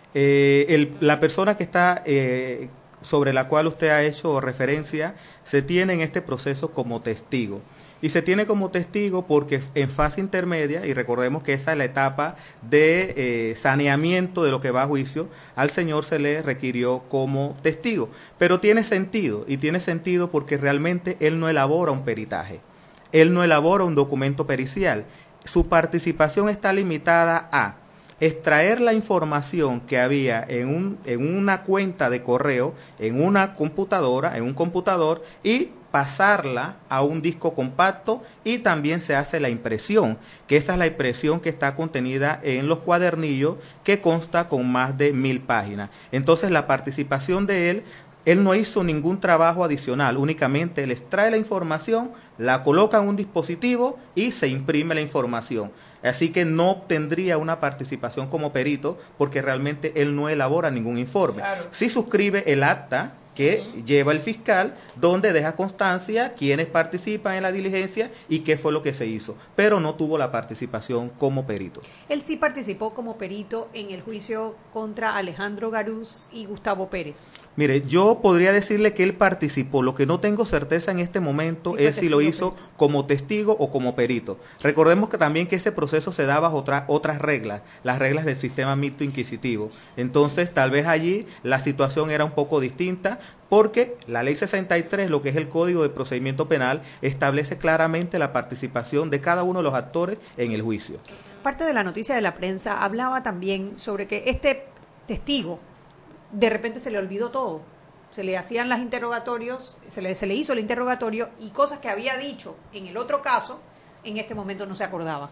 La persona que está sobre la cual usted ha hecho referencia se tiene en este proceso como testigo. Y se tiene como testigo porque en fase intermedia, y recordemos que esa es la etapa de saneamiento de lo que va a juicio, al señor se le requirió como testigo. Pero tiene sentido, y tiene sentido porque realmente él no elabora un peritaje, él no elabora un documento pericial. Su participación está limitada a extraer la información que había en una cuenta de correo, en una computadora, en un computador, y pasarla a un disco compacto, y también se hace la impresión, que esa es la impresión que está contenida en los cuadernillos, que consta con más de 1000 páginas. Entonces la participación de él no hizo ningún trabajo adicional, únicamente él extrae la información, la coloca en un dispositivo y se imprime la información. Así que no tendría una participación como perito porque realmente él no elabora ningún informe. Claro. Sí suscribe el acta que lleva el fiscal, donde deja constancia quiénes participan en la diligencia y qué fue lo que se hizo, pero no tuvo la participación como perito. Él sí participó como perito en el juicio contra Alejandro Garús y Gustavo Pérez. Mire, yo podría decirle que él participó, lo que no tengo certeza en este momento es si lo hizo como testigo o como perito. Recordemos que también que ese proceso se da bajo otras reglas, las reglas del sistema mixto inquisitivo. Entonces, tal vez allí la situación era un poco distinta, porque la Ley 63, lo que es el Código de Procedimiento Penal, establece claramente la participación de cada uno de los actores en el juicio. Parte de la noticia de la prensa hablaba también sobre que este testigo de repente se le olvidó todo. Se le hacían los interrogatorios, se le hizo el interrogatorio y cosas que había dicho en el otro caso, en este momento no se acordaba.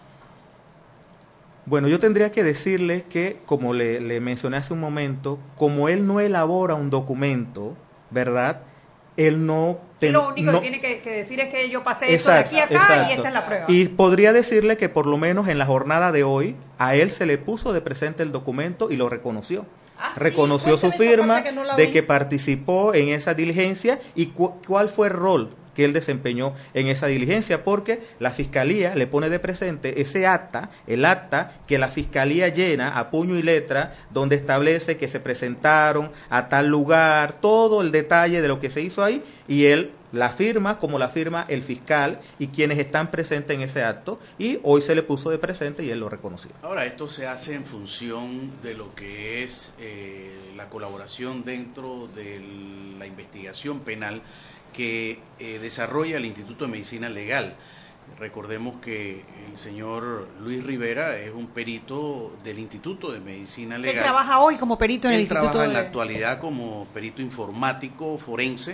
Bueno, yo tendría que decirle que, como le mencioné hace un momento, como él no elabora un documento, ¿verdad? Él no... Lo único que tiene que decir es que yo pasé esto de aquí a acá y esta es la prueba. Y podría decirle que por lo menos en la jornada de hoy, a él se le puso de presente el documento y lo reconoció. Reconoció su firma de que participó en esa diligencia y cuál fue el rol que él desempeñó en esa diligencia, porque la Fiscalía le pone de presente ese acta, el acta que la Fiscalía llena a puño y letra, donde establece que se presentaron a tal lugar, todo el detalle de lo que se hizo ahí, y él la firma como la firma el fiscal y quienes están presentes en ese acto, y hoy se le puso de presente y él lo reconoció. Ahora, esto se hace en función de lo que es la colaboración dentro de la investigación penal que desarrolla el Instituto de Medicina Legal. Recordemos que el señor Luis Rivera es un perito del Instituto de Medicina Legal. Él trabaja hoy como perito en el Instituto. Él trabaja en la actualidad como perito informático forense.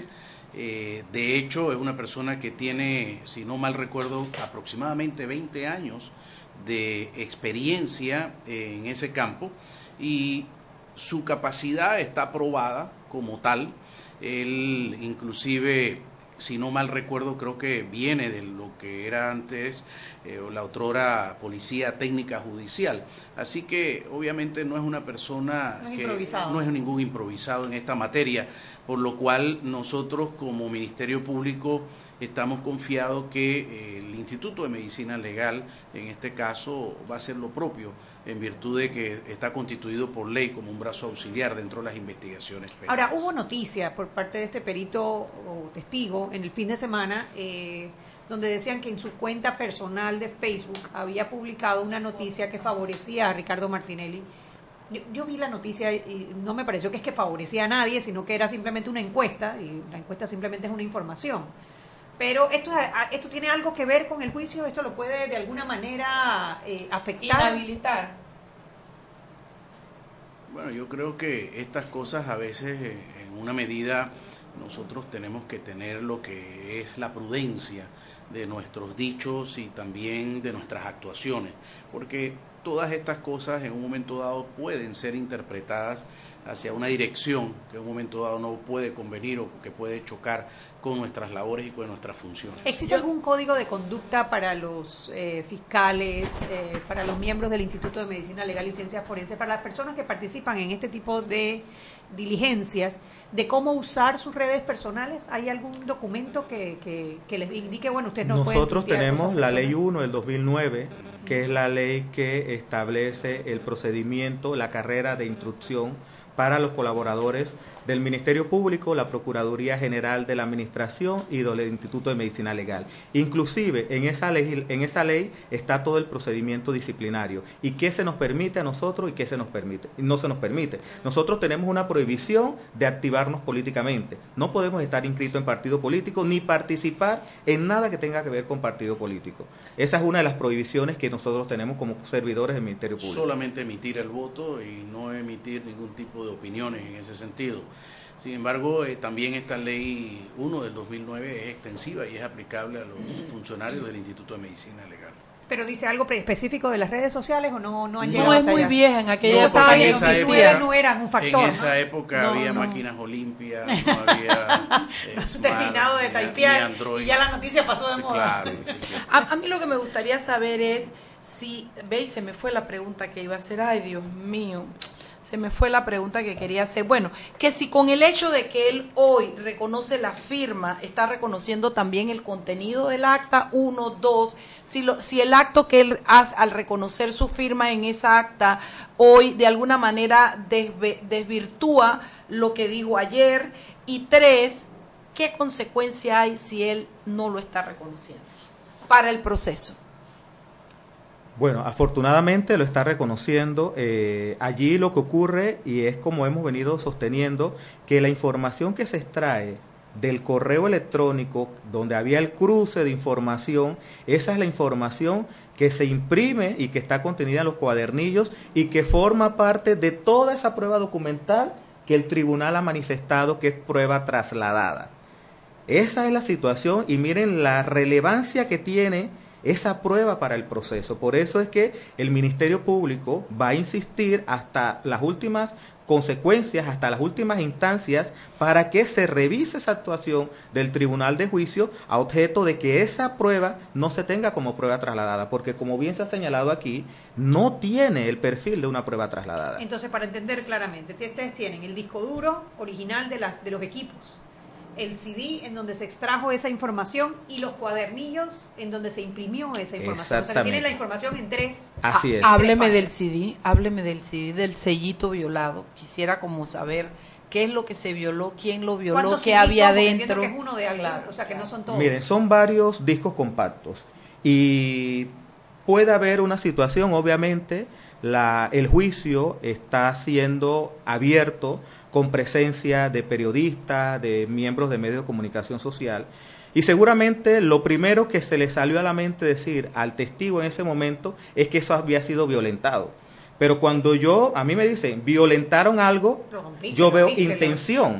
De hecho, es una persona que tiene, si no mal recuerdo, aproximadamente 20 años de experiencia en ese campo y su capacidad está probada como tal. Él inclusive, si no mal recuerdo, creo que viene de lo que era antes la otrora Policía Técnica Judicial. Así que obviamente no es una persona no es ningún improvisado en esta materia, por lo cual nosotros como Ministerio Público estamos confiados que el Instituto de Medicina Legal, en este caso, va a hacer lo propio, en virtud de que está constituido por ley como un brazo auxiliar dentro de las investigaciones penales. Ahora, hubo noticias por parte de este perito o testigo en el fin de semana, donde decían que en su cuenta personal de Facebook había publicado una noticia que favorecía a Ricardo Martinelli. Yo vi la noticia y no me pareció que es que favorecía a nadie, sino que era simplemente una encuesta, y la encuesta simplemente es una información. Pero esto tiene algo que ver con el juicio, esto lo puede de alguna manera afectar. Inhabilitar. Bueno, yo creo que estas cosas a veces, en una medida, nosotros tenemos que tener lo que es la prudencia de nuestros dichos y también de nuestras actuaciones, porque todas estas cosas en un momento dado pueden ser interpretadas hacia una dirección que en un momento dado no puede convenir o que puede chocar con nuestras labores y con nuestras funciones. ¿Existe algún código de conducta para los fiscales, para los miembros del Instituto de Medicina Legal y Ciencias Forenses, para las personas que participan en este tipo de diligencias, de cómo usar sus redes personales? ¿Hay algún documento que les indique, bueno, ustedes no pueden? Nosotros tenemos la Ley 1 del 2009, que es la ley que establece el procedimiento, la carrera de instrucción para los colaboradores del Ministerio Público, la Procuraduría General de la Administración y del Instituto de Medicina Legal. Inclusive en esa ley está todo el procedimiento disciplinario y qué se nos permite a nosotros y qué se nos permite, no se nos permite. Nosotros tenemos una prohibición de activarnos políticamente. No podemos estar inscritos en partido político ni participar en nada que tenga que ver con partido político. Esa es una de las prohibiciones que nosotros tenemos como servidores del Ministerio Público. Solamente emitir el voto y no emitir ningún tipo de opiniones en ese sentido. Sin embargo, también esta ley 1 del 2009 es extensiva y es aplicable a los funcionarios del Instituto de Medicina Legal. ¿Pero dice algo específico de las redes sociales o no han No llegado es hasta muy allá? vieja, en aquella época época no eran un factor. En esa época había máquinas Olympia, no había terminado de typear y ya la noticia pasó de moda. Claro, a mí lo que me gustaría saber es si, veis, se me fue la pregunta que iba a hacer, ay Dios mío, Se me fue la pregunta que quería hacer. Bueno, que si con el hecho de que él hoy reconoce la firma, está reconociendo también el contenido del acta, 1, 2, si el acto que él hace al reconocer su firma en esa acta hoy de alguna manera desvirtúa lo que dijo ayer, y 3, ¿qué consecuencia hay si él no lo está reconociendo para el proceso? Bueno, afortunadamente lo está reconociendo. Allí lo que ocurre, y es como hemos venido sosteniendo, que la información que se extrae del correo electrónico, donde había el cruce de información, esa es la información que se imprime y que está contenida en los cuadernillos y que forma parte de toda esa prueba documental que el tribunal ha manifestado que es prueba trasladada. Esa es la situación, y miren la relevancia que tiene esa prueba para el proceso. Por eso es que el Ministerio Público va a insistir hasta las últimas consecuencias, hasta las últimas instancias, para que se revise esa actuación del Tribunal de Juicio a objeto de que esa prueba no se tenga como prueba trasladada, porque como bien se ha señalado aquí, no tiene el perfil de una prueba trasladada. Entonces, para entender claramente, ustedes tienen el disco duro original de los equipos, el CD en donde se extrajo esa información y los cuadernillos en donde se imprimió esa información. O sea, que tienen la información en 3. Así es. Hábleme del CD, del sellito violado. Quisiera como saber qué es lo que se violó, quién lo violó, qué había dentro. Que es uno de alguien, o sea, que no son todos. Miren, son varios discos compactos y puede haber una situación, obviamente, el juicio está siendo abierto con presencia de periodistas, de miembros de medios de comunicación social, y seguramente lo primero que se le salió a la mente decir al testigo en ese momento es que eso había sido violentado. Pero cuando a mí me dicen, violentaron algo, yo veo intención,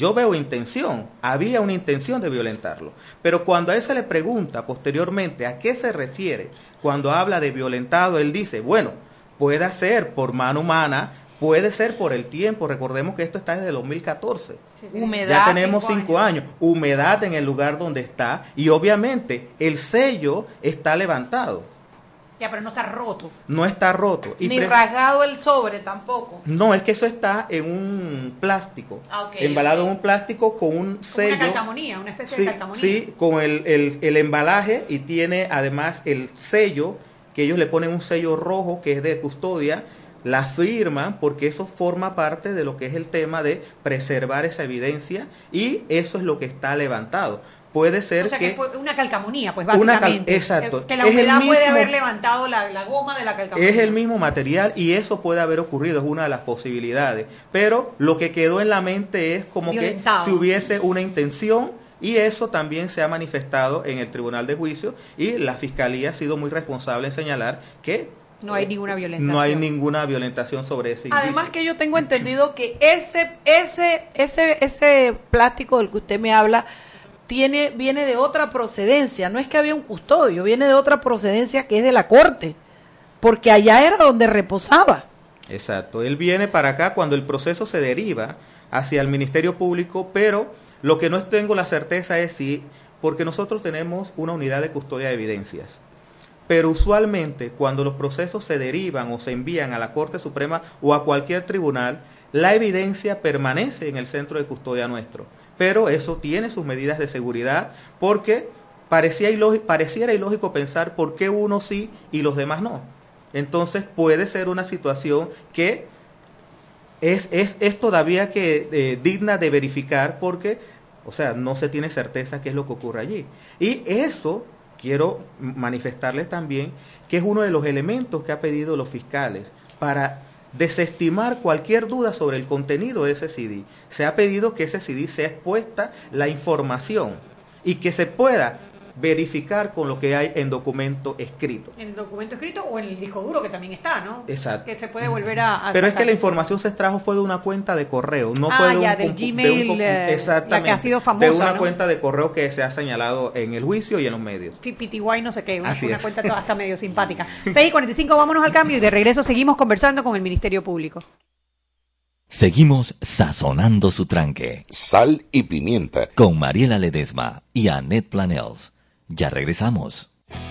había una intención de violentarlo. Pero cuando a él se le pregunta posteriormente a qué se refiere cuando habla de violentado, él dice, bueno, puede ser por mano humana, puede ser por el tiempo. Recordemos que esto está desde 2014. Humedad. Ya tenemos 5 años. Humedad en el lugar donde está. Y obviamente el sello está levantado. Ya, pero no está roto. No está roto. Ni rasgado el sobre tampoco. No, es que eso está en un plástico. Embalado en un plástico con un sello. Una calcamonía, una especie de calcamonía. Sí, con el embalaje, y tiene además el sello, que ellos le ponen un sello rojo que es de custodia. La firman porque eso forma parte de lo que es el tema de preservar esa evidencia, y eso es lo que está levantado. Puede ser que una calcamonía, pues básicamente. Exacto. Que la humedad puede haber levantado la goma de la calcamonía. Es el mismo material y eso puede haber ocurrido, es una de las posibilidades. Pero lo que quedó en la mente es como violentado, que si hubiese una intención, y eso también se ha manifestado en el Tribunal de Juicio, y la Fiscalía ha sido muy responsable en señalar que no hay ninguna violentación. No hay ninguna violentación sobre ese indicio. Además que yo tengo entendido que ese plástico del que usted me habla viene de otra procedencia. No es que había un custodio, viene de otra procedencia que es de la corte, porque allá era donde reposaba. Exacto. Él viene para acá cuando el proceso se deriva hacia el Ministerio Público, pero lo que no tengo la certeza es si, porque nosotros tenemos una unidad de custodia de evidencias. Pero usualmente cuando los procesos se derivan o se envían a la Corte Suprema o a cualquier tribunal, la evidencia permanece en el centro de custodia nuestro. Pero eso tiene sus medidas de seguridad, porque pareciera ilógico pensar por qué uno sí y los demás no. Entonces puede ser una situación que es todavía digna de verificar, porque, o sea, no se tiene certeza qué es lo que ocurre allí. Y eso quiero manifestarles también que es uno de los elementos que ha pedido los fiscales para desestimar cualquier duda sobre el contenido de ese CD. Se ha pedido que ese CD sea expuesta la información y que se pueda verificar con lo que hay en documento escrito. En el documento escrito o en el disco duro, que también está, ¿no? Exacto. Que se puede volver a Pero sacar. es que la información se extrajo fue de una cuenta de correo, no fue del Gmail, exactamente, la que ha sido famosa, de una ¿no? cuenta de correo que se ha señalado en el juicio y en los medios. PTY no sé qué, una cuenta hasta medio simpática. 6:45, vámonos al cambio y de regreso seguimos conversando con el Ministerio Público. Seguimos sazonando su tranque. Sal y pimienta. Con Mariela Ledesma y Annette Planels. Ya regresamos.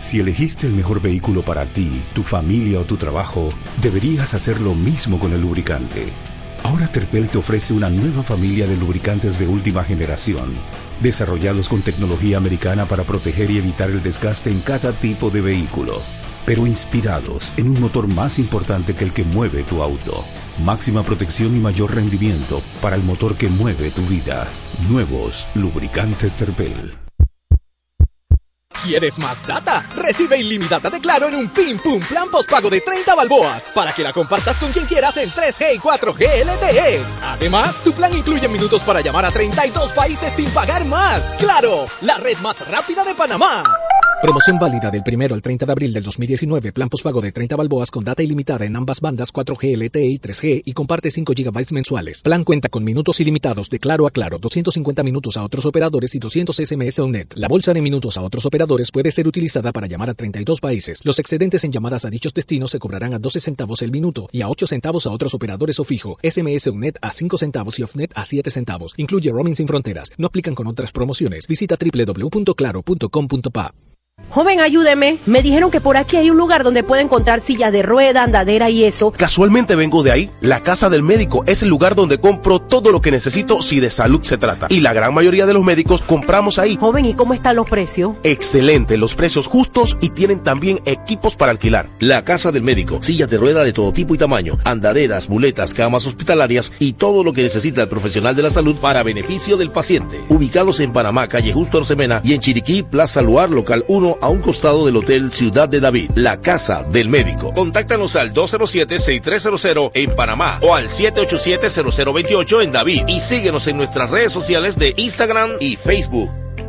Si elegiste el mejor vehículo para ti, tu familia o tu trabajo, deberías hacer lo mismo con el lubricante. Ahora Terpel te ofrece una nueva familia de lubricantes de última generación, desarrollados con tecnología americana para proteger y evitar el desgaste en cada tipo de vehículo, pero inspirados en un motor más importante que el que mueve tu auto. Máxima protección y mayor rendimiento para el motor que mueve tu vida. Nuevos lubricantes Terpel. ¿Quieres más data? Recibe ilimitada de Claro en un Pim Pum Plan postpago de 30 balboas para que la compartas con quien quieras en 3G y 4G LTE. Además, tu plan incluye minutos para llamar a 32 países sin pagar más. ¡Claro! La red más rápida de Panamá. Promoción válida del 1 al 30 de abril del 2019. Plan postpago de 30 balboas con data ilimitada en ambas bandas 4G LTE y 3G y comparte 5 GB mensuales. Plan cuenta con minutos ilimitados de Claro a Claro, 250 minutos a otros operadores y 200 SMS on net. La bolsa de minutos a otros operadores puede ser utilizada para llamar a 32 países. Los excedentes en llamadas a dichos destinos se cobrarán a 12 centavos el minuto y a 8 centavos a otros operadores o fijo. SMS on net a 5 centavos y off net a 7 centavos. Incluye roaming sin fronteras. No aplican con otras promociones. Visita www.claro.com.pa. Joven, ayúdeme. Me dijeron que por aquí hay un lugar donde puede encontrar sillas de rueda, andadera y eso. Casualmente vengo de ahí. La Casa del Médico es el lugar donde compro todo lo que necesito si de salud se trata. Y la gran mayoría de los médicos compramos ahí. Joven, ¿y cómo están los precios? Excelente, los precios justos y tienen también equipos para alquilar. La Casa del Médico, sillas de rueda de todo tipo y tamaño, andaderas, muletas, camas hospitalarias y todo lo que necesita el profesional de la salud para beneficio del paciente. Ubicados en Panamá, calle Justo Arsemena y en Chiriquí, Plaza Luar, local 1 a un costado del Hotel Ciudad de David. La Casa del Médico. Contáctanos al 207-6300 en Panamá o al 787-0028 en David y síguenos en nuestras redes sociales de Instagram y Facebook.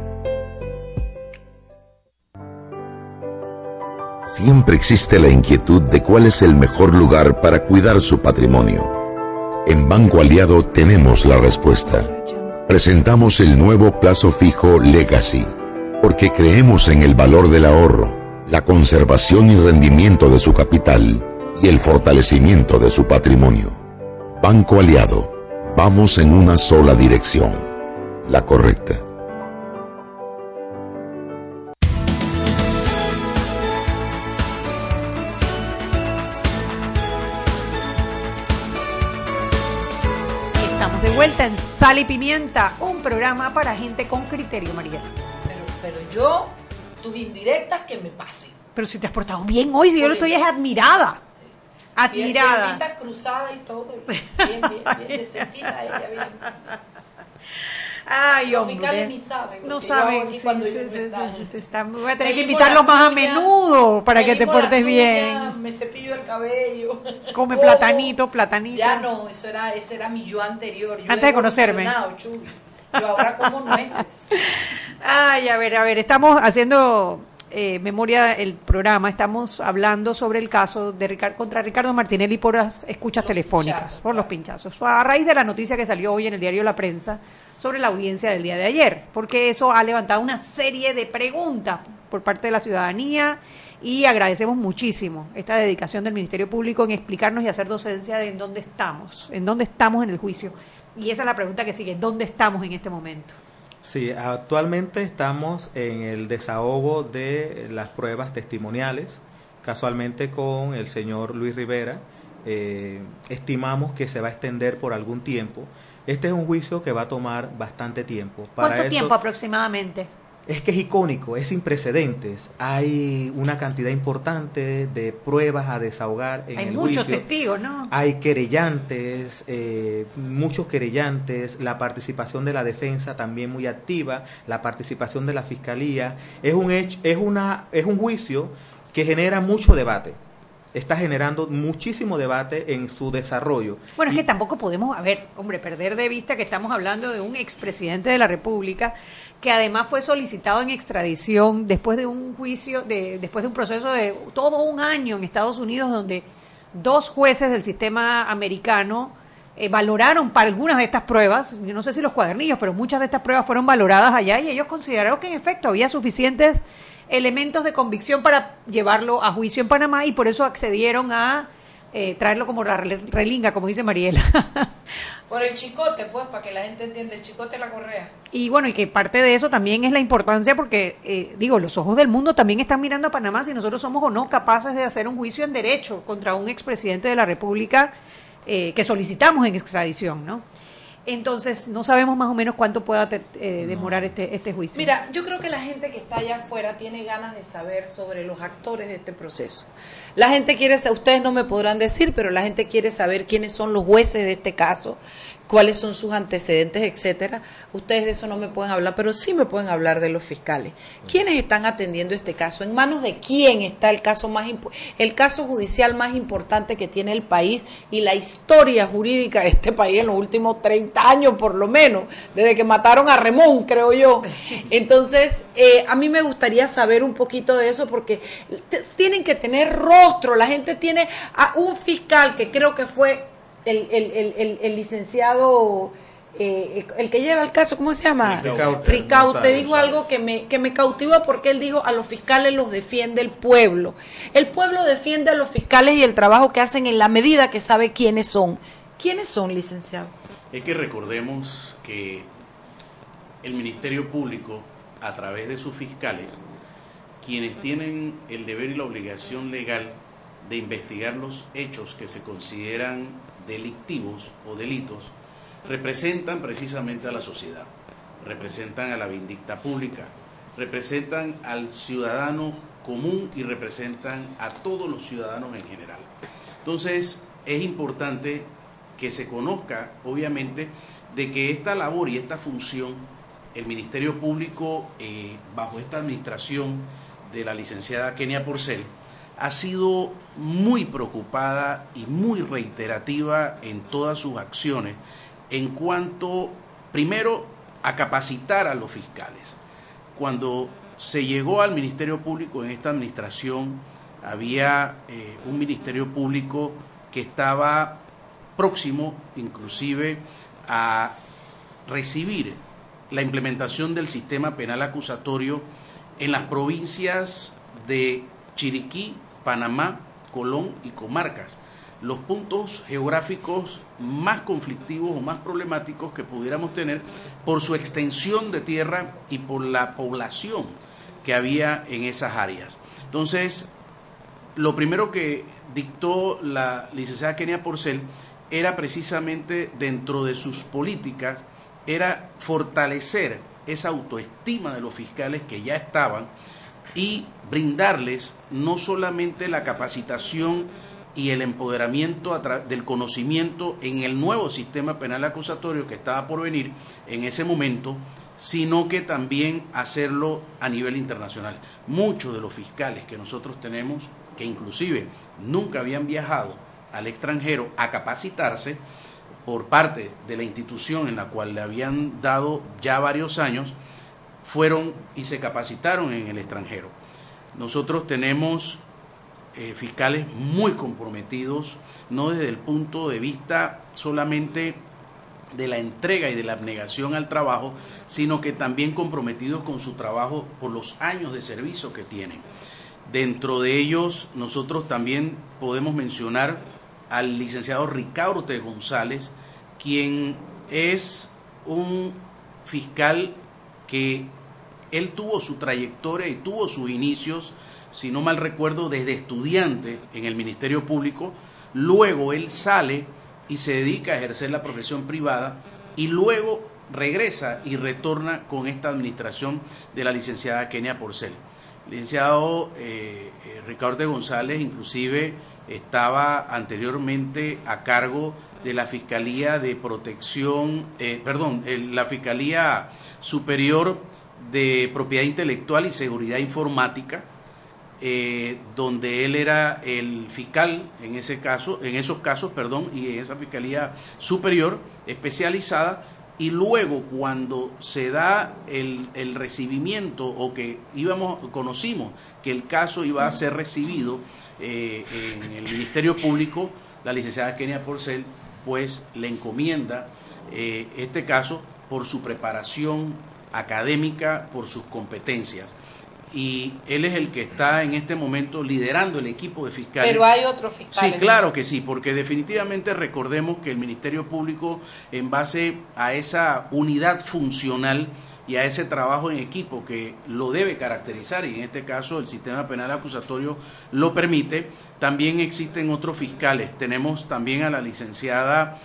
Siempre existe la inquietud de cuál es el mejor lugar para cuidar su patrimonio. En Banco Aliado tenemos la respuesta. Presentamos el nuevo plazo fijo Legacy, porque creemos en el valor del ahorro, la conservación y rendimiento de su capital y el fortalecimiento de su patrimonio. Banco Aliado, vamos en una sola dirección, la correcta. Estamos de vuelta en Sal y Pimienta, un programa para gente con criterio, María. Pero yo, tus indirectas que me pasen. Pero si te has portado bien hoy, si yo lo estoy es admirada. Sí. Admirada. Bien cruzada y todo. Bien decentita ella, bien. Ay, los hombre. fiscales ni saben. No saben. Sí, voy a tener que invitarlos más a menudo para que te portes bien. Me cepillo el cabello. Come platanito. Ya no, ese era mi yo anterior. Yo antes de conocerme. Yo ahora como nueces. Ay, a ver, estamos haciendo memoria el programa, estamos hablando sobre el caso de contra Ricardo Martinelli por las escuchas telefónicas, por los pinchazos, a raíz de la noticia que salió hoy en el diario La Prensa sobre la audiencia del día de ayer, porque eso ha levantado una serie de preguntas por parte de la ciudadanía y agradecemos muchísimo esta dedicación del Ministerio Público en explicarnos y hacer docencia de en dónde estamos en el juicio. Y esa es la pregunta que sigue, ¿dónde estamos en este momento? Sí, actualmente estamos en el desahogo de las pruebas testimoniales, casualmente con el señor Luis Rivera. Estimamos que se va a extender por algún tiempo. Este es un juicio que va a tomar bastante tiempo. ¿Cuánto tiempo aproximadamente? Es que es icónico, es sin precedentes. Hay una cantidad importante de pruebas a desahogar en el juicio. Hay muchos testigos, ¿no? Hay querellantes, muchos querellantes, la participación de la defensa también muy activa, la participación de la fiscalía. Es un juicio que genera mucho debate. Está generando muchísimo debate en su desarrollo. Bueno, es que tampoco podemos, perder de vista que estamos hablando de un expresidente de la República que además fue solicitado en extradición después de un juicio, después de un proceso de todo un año en Estados Unidos, donde 2 jueces del sistema americano valoraron para algunas de estas pruebas, yo no sé si los cuadernillos, pero muchas de estas pruebas fueron valoradas allá y ellos consideraron que en efecto había suficientes elementos de convicción para llevarlo a juicio en Panamá y por eso accedieron a traerlo como la relinga, como dice Mariela. Por el chicote, pues, para que la gente entienda, el chicote de la correa. Y bueno, y que parte de eso también es la importancia porque, los ojos del mundo también están mirando a Panamá si nosotros somos o no capaces de hacer un juicio en derecho contra un expresidente de la República que solicitamos en extradición, ¿no? Entonces, no sabemos más o menos cuánto pueda demorar este juicio. Mira, yo creo que la gente que está allá afuera tiene ganas de saber sobre los actores de este proceso. La gente quiere saber, ustedes no me podrán decir, pero la gente quiere saber quiénes son los jueces de este caso, cuáles son sus antecedentes, etcétera. Ustedes de eso no me pueden hablar, pero sí me pueden hablar de los fiscales. ¿Quiénes están atendiendo este caso? ¿En manos de quién está el caso judicial más importante que tiene el país y la historia jurídica de este país en los últimos 30 años, por lo menos, desde que mataron a Remón, creo yo? Entonces, a mí me gustaría saber un poquito de eso porque tienen que tener rostro. La gente tiene a un fiscal que creo que fue el licenciado, el que lleva el caso, ¿cómo se llama? Ricaute dijo algo que me cautivó porque él dijo: a los fiscales los defiende el pueblo defiende a los fiscales y el trabajo que hacen en la medida que sabe quiénes son, licenciado. Es que recordemos que el Ministerio Público, a través de sus fiscales, quienes tienen el deber y la obligación legal de investigar los hechos que se consideran delictivos o delitos, representan precisamente a la sociedad, representan a la vindicta pública, representan al ciudadano común y representan a todos los ciudadanos en general. Entonces, es importante que se conozca, obviamente, de que esta labor y esta función, el Ministerio Público, bajo esta administración de la licenciada Kenia Porcel, ha sido muy preocupada y muy reiterativa en todas sus acciones en cuanto, primero, a capacitar a los fiscales. Cuando se llegó al Ministerio Público en esta administración, había un Ministerio Público que estaba próximo, inclusive, a recibir la implementación del sistema penal acusatorio en las provincias de Chiriquí, Panamá, Colón y Comarcas, los puntos geográficos más conflictivos o más problemáticos que pudiéramos tener por su extensión de tierra y por la población que había en esas áreas. Entonces, lo primero que dictó la licenciada Kenia Porcel era precisamente, dentro de sus políticas, era fortalecer esa autoestima de los fiscales que ya estaban y brindarles no solamente la capacitación y el empoderamiento del conocimiento en el nuevo sistema penal acusatorio que estaba por venir en ese momento, sino que también hacerlo a nivel internacional. Muchos de los fiscales que nosotros tenemos, que inclusive nunca habían viajado al extranjero a capacitarse por parte de la institución en la cual le habían dado ya varios años, fueron y se capacitaron en el extranjero. Nosotros tenemos fiscales muy comprometidos, no desde el punto de vista solamente de la entrega y de la abnegación al trabajo, sino que también comprometidos con su trabajo por los años de servicio que tienen. Dentro de ellos, nosotros también podemos mencionar al licenciado Ricaute González, quien es un fiscal que él tuvo su trayectoria y tuvo sus inicios, si no mal recuerdo, desde estudiante en el Ministerio Público. Luego él sale y se dedica a ejercer la profesión privada y luego regresa y retorna con esta administración de la licenciada Kenia Porcel. El licenciado Ricaute González inclusive estaba anteriormente a cargo de la Fiscalía de Protección, la Fiscalía Superior de Propiedad Intelectual y Seguridad Informática, donde él era el fiscal en esos casos, y en esa Fiscalía Superior especializada. Y luego, cuando se da el recibimiento o que conocimos que el caso iba a ser recibido en el Ministerio Público, la licenciada Kenia Porcel pues le encomienda este caso por su preparación académica, por sus competencias. y él es el que está en este momento liderando el equipo de fiscales. Pero hay otros fiscales. Sí, claro que sí, porque definitivamente recordemos que el Ministerio Público, en base a esa unidad funcional y a ese trabajo en equipo que lo debe caracterizar, y en este caso el sistema penal acusatorio lo permite, también existen otros fiscales. Tenemos también a la licenciada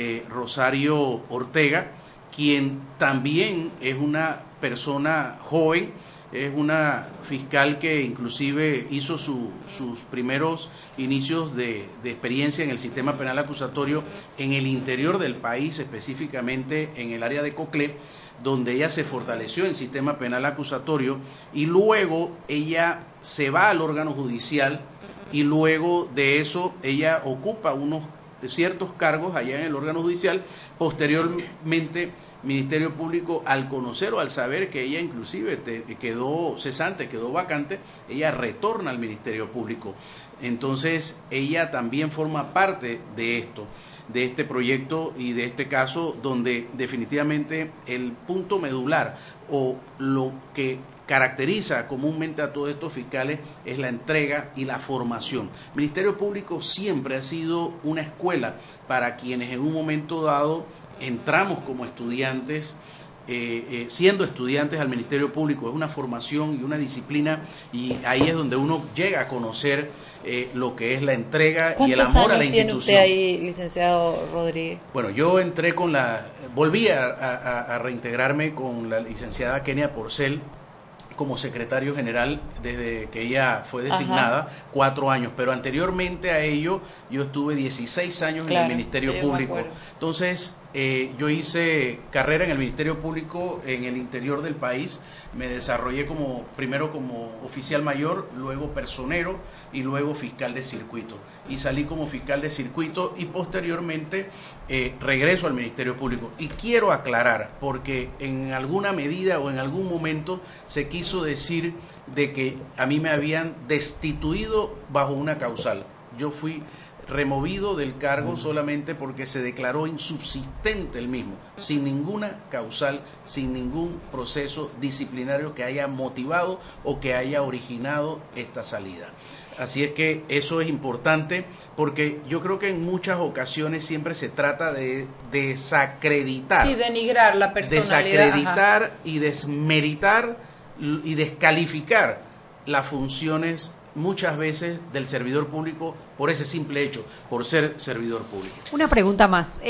Rosario Ortega, quien también es una persona joven, es una fiscal que inclusive hizo sus primeros inicios de experiencia en el sistema penal acusatorio en el interior del país, específicamente en el área de Coclé, donde ella se fortaleció en sistema penal acusatorio, y luego ella se va al órgano judicial, y luego de eso ella ocupa unos ciertos cargos allá en el órgano judicial. Posteriormente, Ministerio Público, al conocer o al saber que ella inclusive quedó cesante, quedó vacante, ella retorna al Ministerio Público. Entonces ella también forma parte de esto, de este proyecto y de este caso, donde definitivamente el punto medular o lo que caracteriza comúnmente a todos estos fiscales es la entrega y la formación. El Ministerio Público siempre ha sido una escuela para quienes en un momento dado entramos como estudiantes, siendo estudiantes al Ministerio Público. Es una formación y una disciplina, y ahí es donde uno llega a conocer lo que es la entrega y el amor a la institución. ¿Cuántos años tiene usted ahí, licenciado Rodríguez? Bueno, yo entré volví a reintegrarme con la licenciada Kenia Porcel como secretario general desde que ella fue designada. Ajá. 4 años, pero anteriormente a ello yo estuve 16 años en el Ministerio Público. Entonces yo hice carrera en el Ministerio Público en el interior del país. Me desarrollé primero como oficial mayor, luego personero y luego fiscal de circuito, y salí como fiscal de circuito, y posteriormente regreso al Ministerio Público. Y quiero aclarar, porque en alguna medida o en algún momento se quiso decir de que a mí me habían destituido bajo una causal. Yo fui removido del cargo solamente porque se declaró insubsistente el mismo, sin ninguna causal, sin ningún proceso disciplinario que haya motivado o que haya originado esta salida. Así es que eso es importante, porque yo creo que en muchas ocasiones siempre se trata de desacreditar. Sí, denigrar la personalidad. Desacreditar, ajá, y desmeritar y descalificar las funciones muchas veces del servidor público por ese simple hecho, por ser servidor público. Una pregunta más.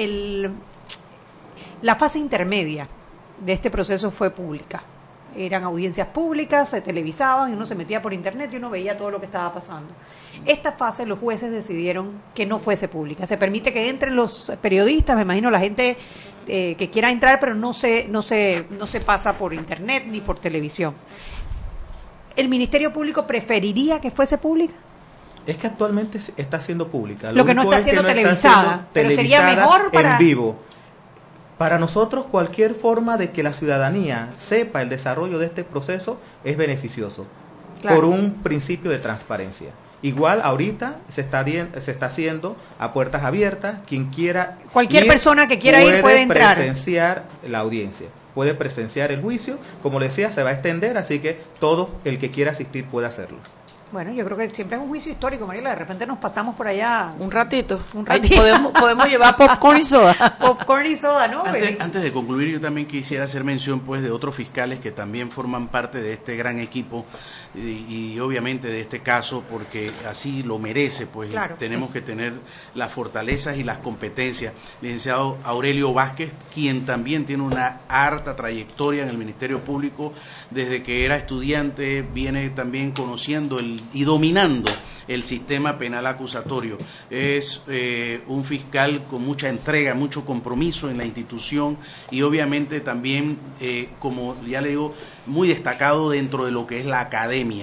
La fase intermedia de este proceso fue pública. Eran audiencias públicas, se televisaban y uno se metía por internet y uno veía todo lo que estaba pasando. Esta fase los jueces decidieron que no fuese pública. Se permite que entren los periodistas, me imagino la gente que quiera entrar, pero no se pasa por internet ni por televisión. ¿El Ministerio Público preferiría que fuese pública? Es que actualmente está siendo pública. Lo que no está siendo televisada, pero sería mejor para... en vivo. Para nosotros, cualquier forma de que la ciudadanía sepa el desarrollo de este proceso es beneficioso, claro, por un principio de transparencia. Igual ahorita se está haciendo a puertas abiertas. Quien quiera, cualquier persona que quiera ir puede entrar, presenciar la audiencia, puede presenciar el juicio. Como le decía, se va a extender, así que todo el que quiera asistir puede hacerlo. Bueno, yo creo que siempre es un juicio histórico, Mariela. De repente nos pasamos por allá un ratito. Podemos llevar popcorn y soda. Popcorn y soda, ¿no? Antes de concluir, yo también quisiera hacer mención pues de otros fiscales que también forman parte de este gran equipo y obviamente de este caso, porque así lo merece, pues claro, tenemos que tener las fortalezas y las competencias. Licenciado Aurelio Vázquez, quien también tiene una harta trayectoria en el Ministerio Público, desde que era estudiante viene también conociendo y dominando el sistema penal acusatorio. Es un fiscal con mucha entrega, mucho compromiso en la institución, y obviamente también, como ya le digo, muy destacado dentro de lo que es la academia.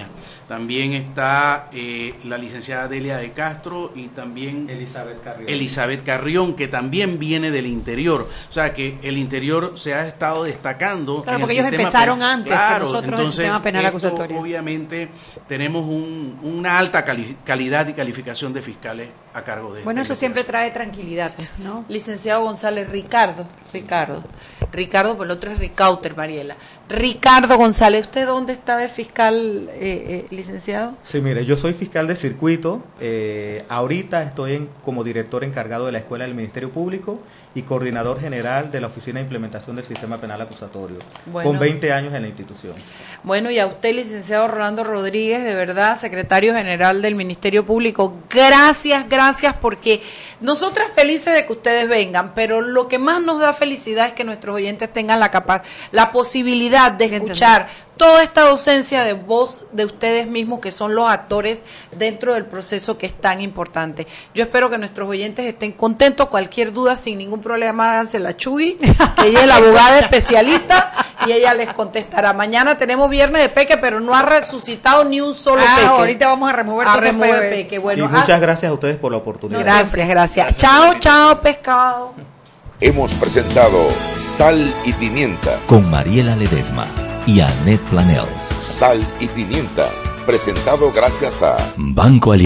también está la licenciada Delia de Castro y también Elizabeth Carrión, que también viene del interior. O sea que el interior se ha estado destacando. Claro, porque ellos empezaron antes que nosotros entonces, en el sistema penal acusatorio. Obviamente tenemos una alta calidad y calificación de fiscales a cargo de Bueno, eso siempre trae tranquilidad, ¿no? Licenciado González, Ricardo, pues el otro es Ricauter, Mariela. Ricardo González, ¿usted dónde está de fiscal, licenciado? Sí, mire, yo soy fiscal de circuito, ahorita estoy como director encargado de la Escuela del Ministerio Público y coordinador general de la Oficina de Implementación del Sistema Penal Acusatorio, con 20 años en la institución. Bueno, y a usted, licenciado Rolando Rodríguez, de verdad, secretario general del Ministerio Público, gracias, porque nosotras felices de que ustedes vengan, pero lo que más nos da felicidad es que nuestros oyentes tengan la posibilidad de escuchar toda esta docencia de voz de ustedes mismos, que son los actores dentro del proceso que es tan importante. Yo espero que nuestros oyentes estén contentos. Cualquier duda, sin ningún problema, háganse la Chuy, que ella es la abogada especialista y ella les contestará. Mañana tenemos viernes de peque, pero no ha resucitado ni un solo peque. Ahorita vamos a remover peque. Bueno, y muchas gracias a ustedes por la oportunidad. Gracias. Chao, pescado. Hemos presentado Sal y Pimienta con Mariela Ledesma y Annette Planels. Sal y Pimienta, presentado gracias a Banco Aliado.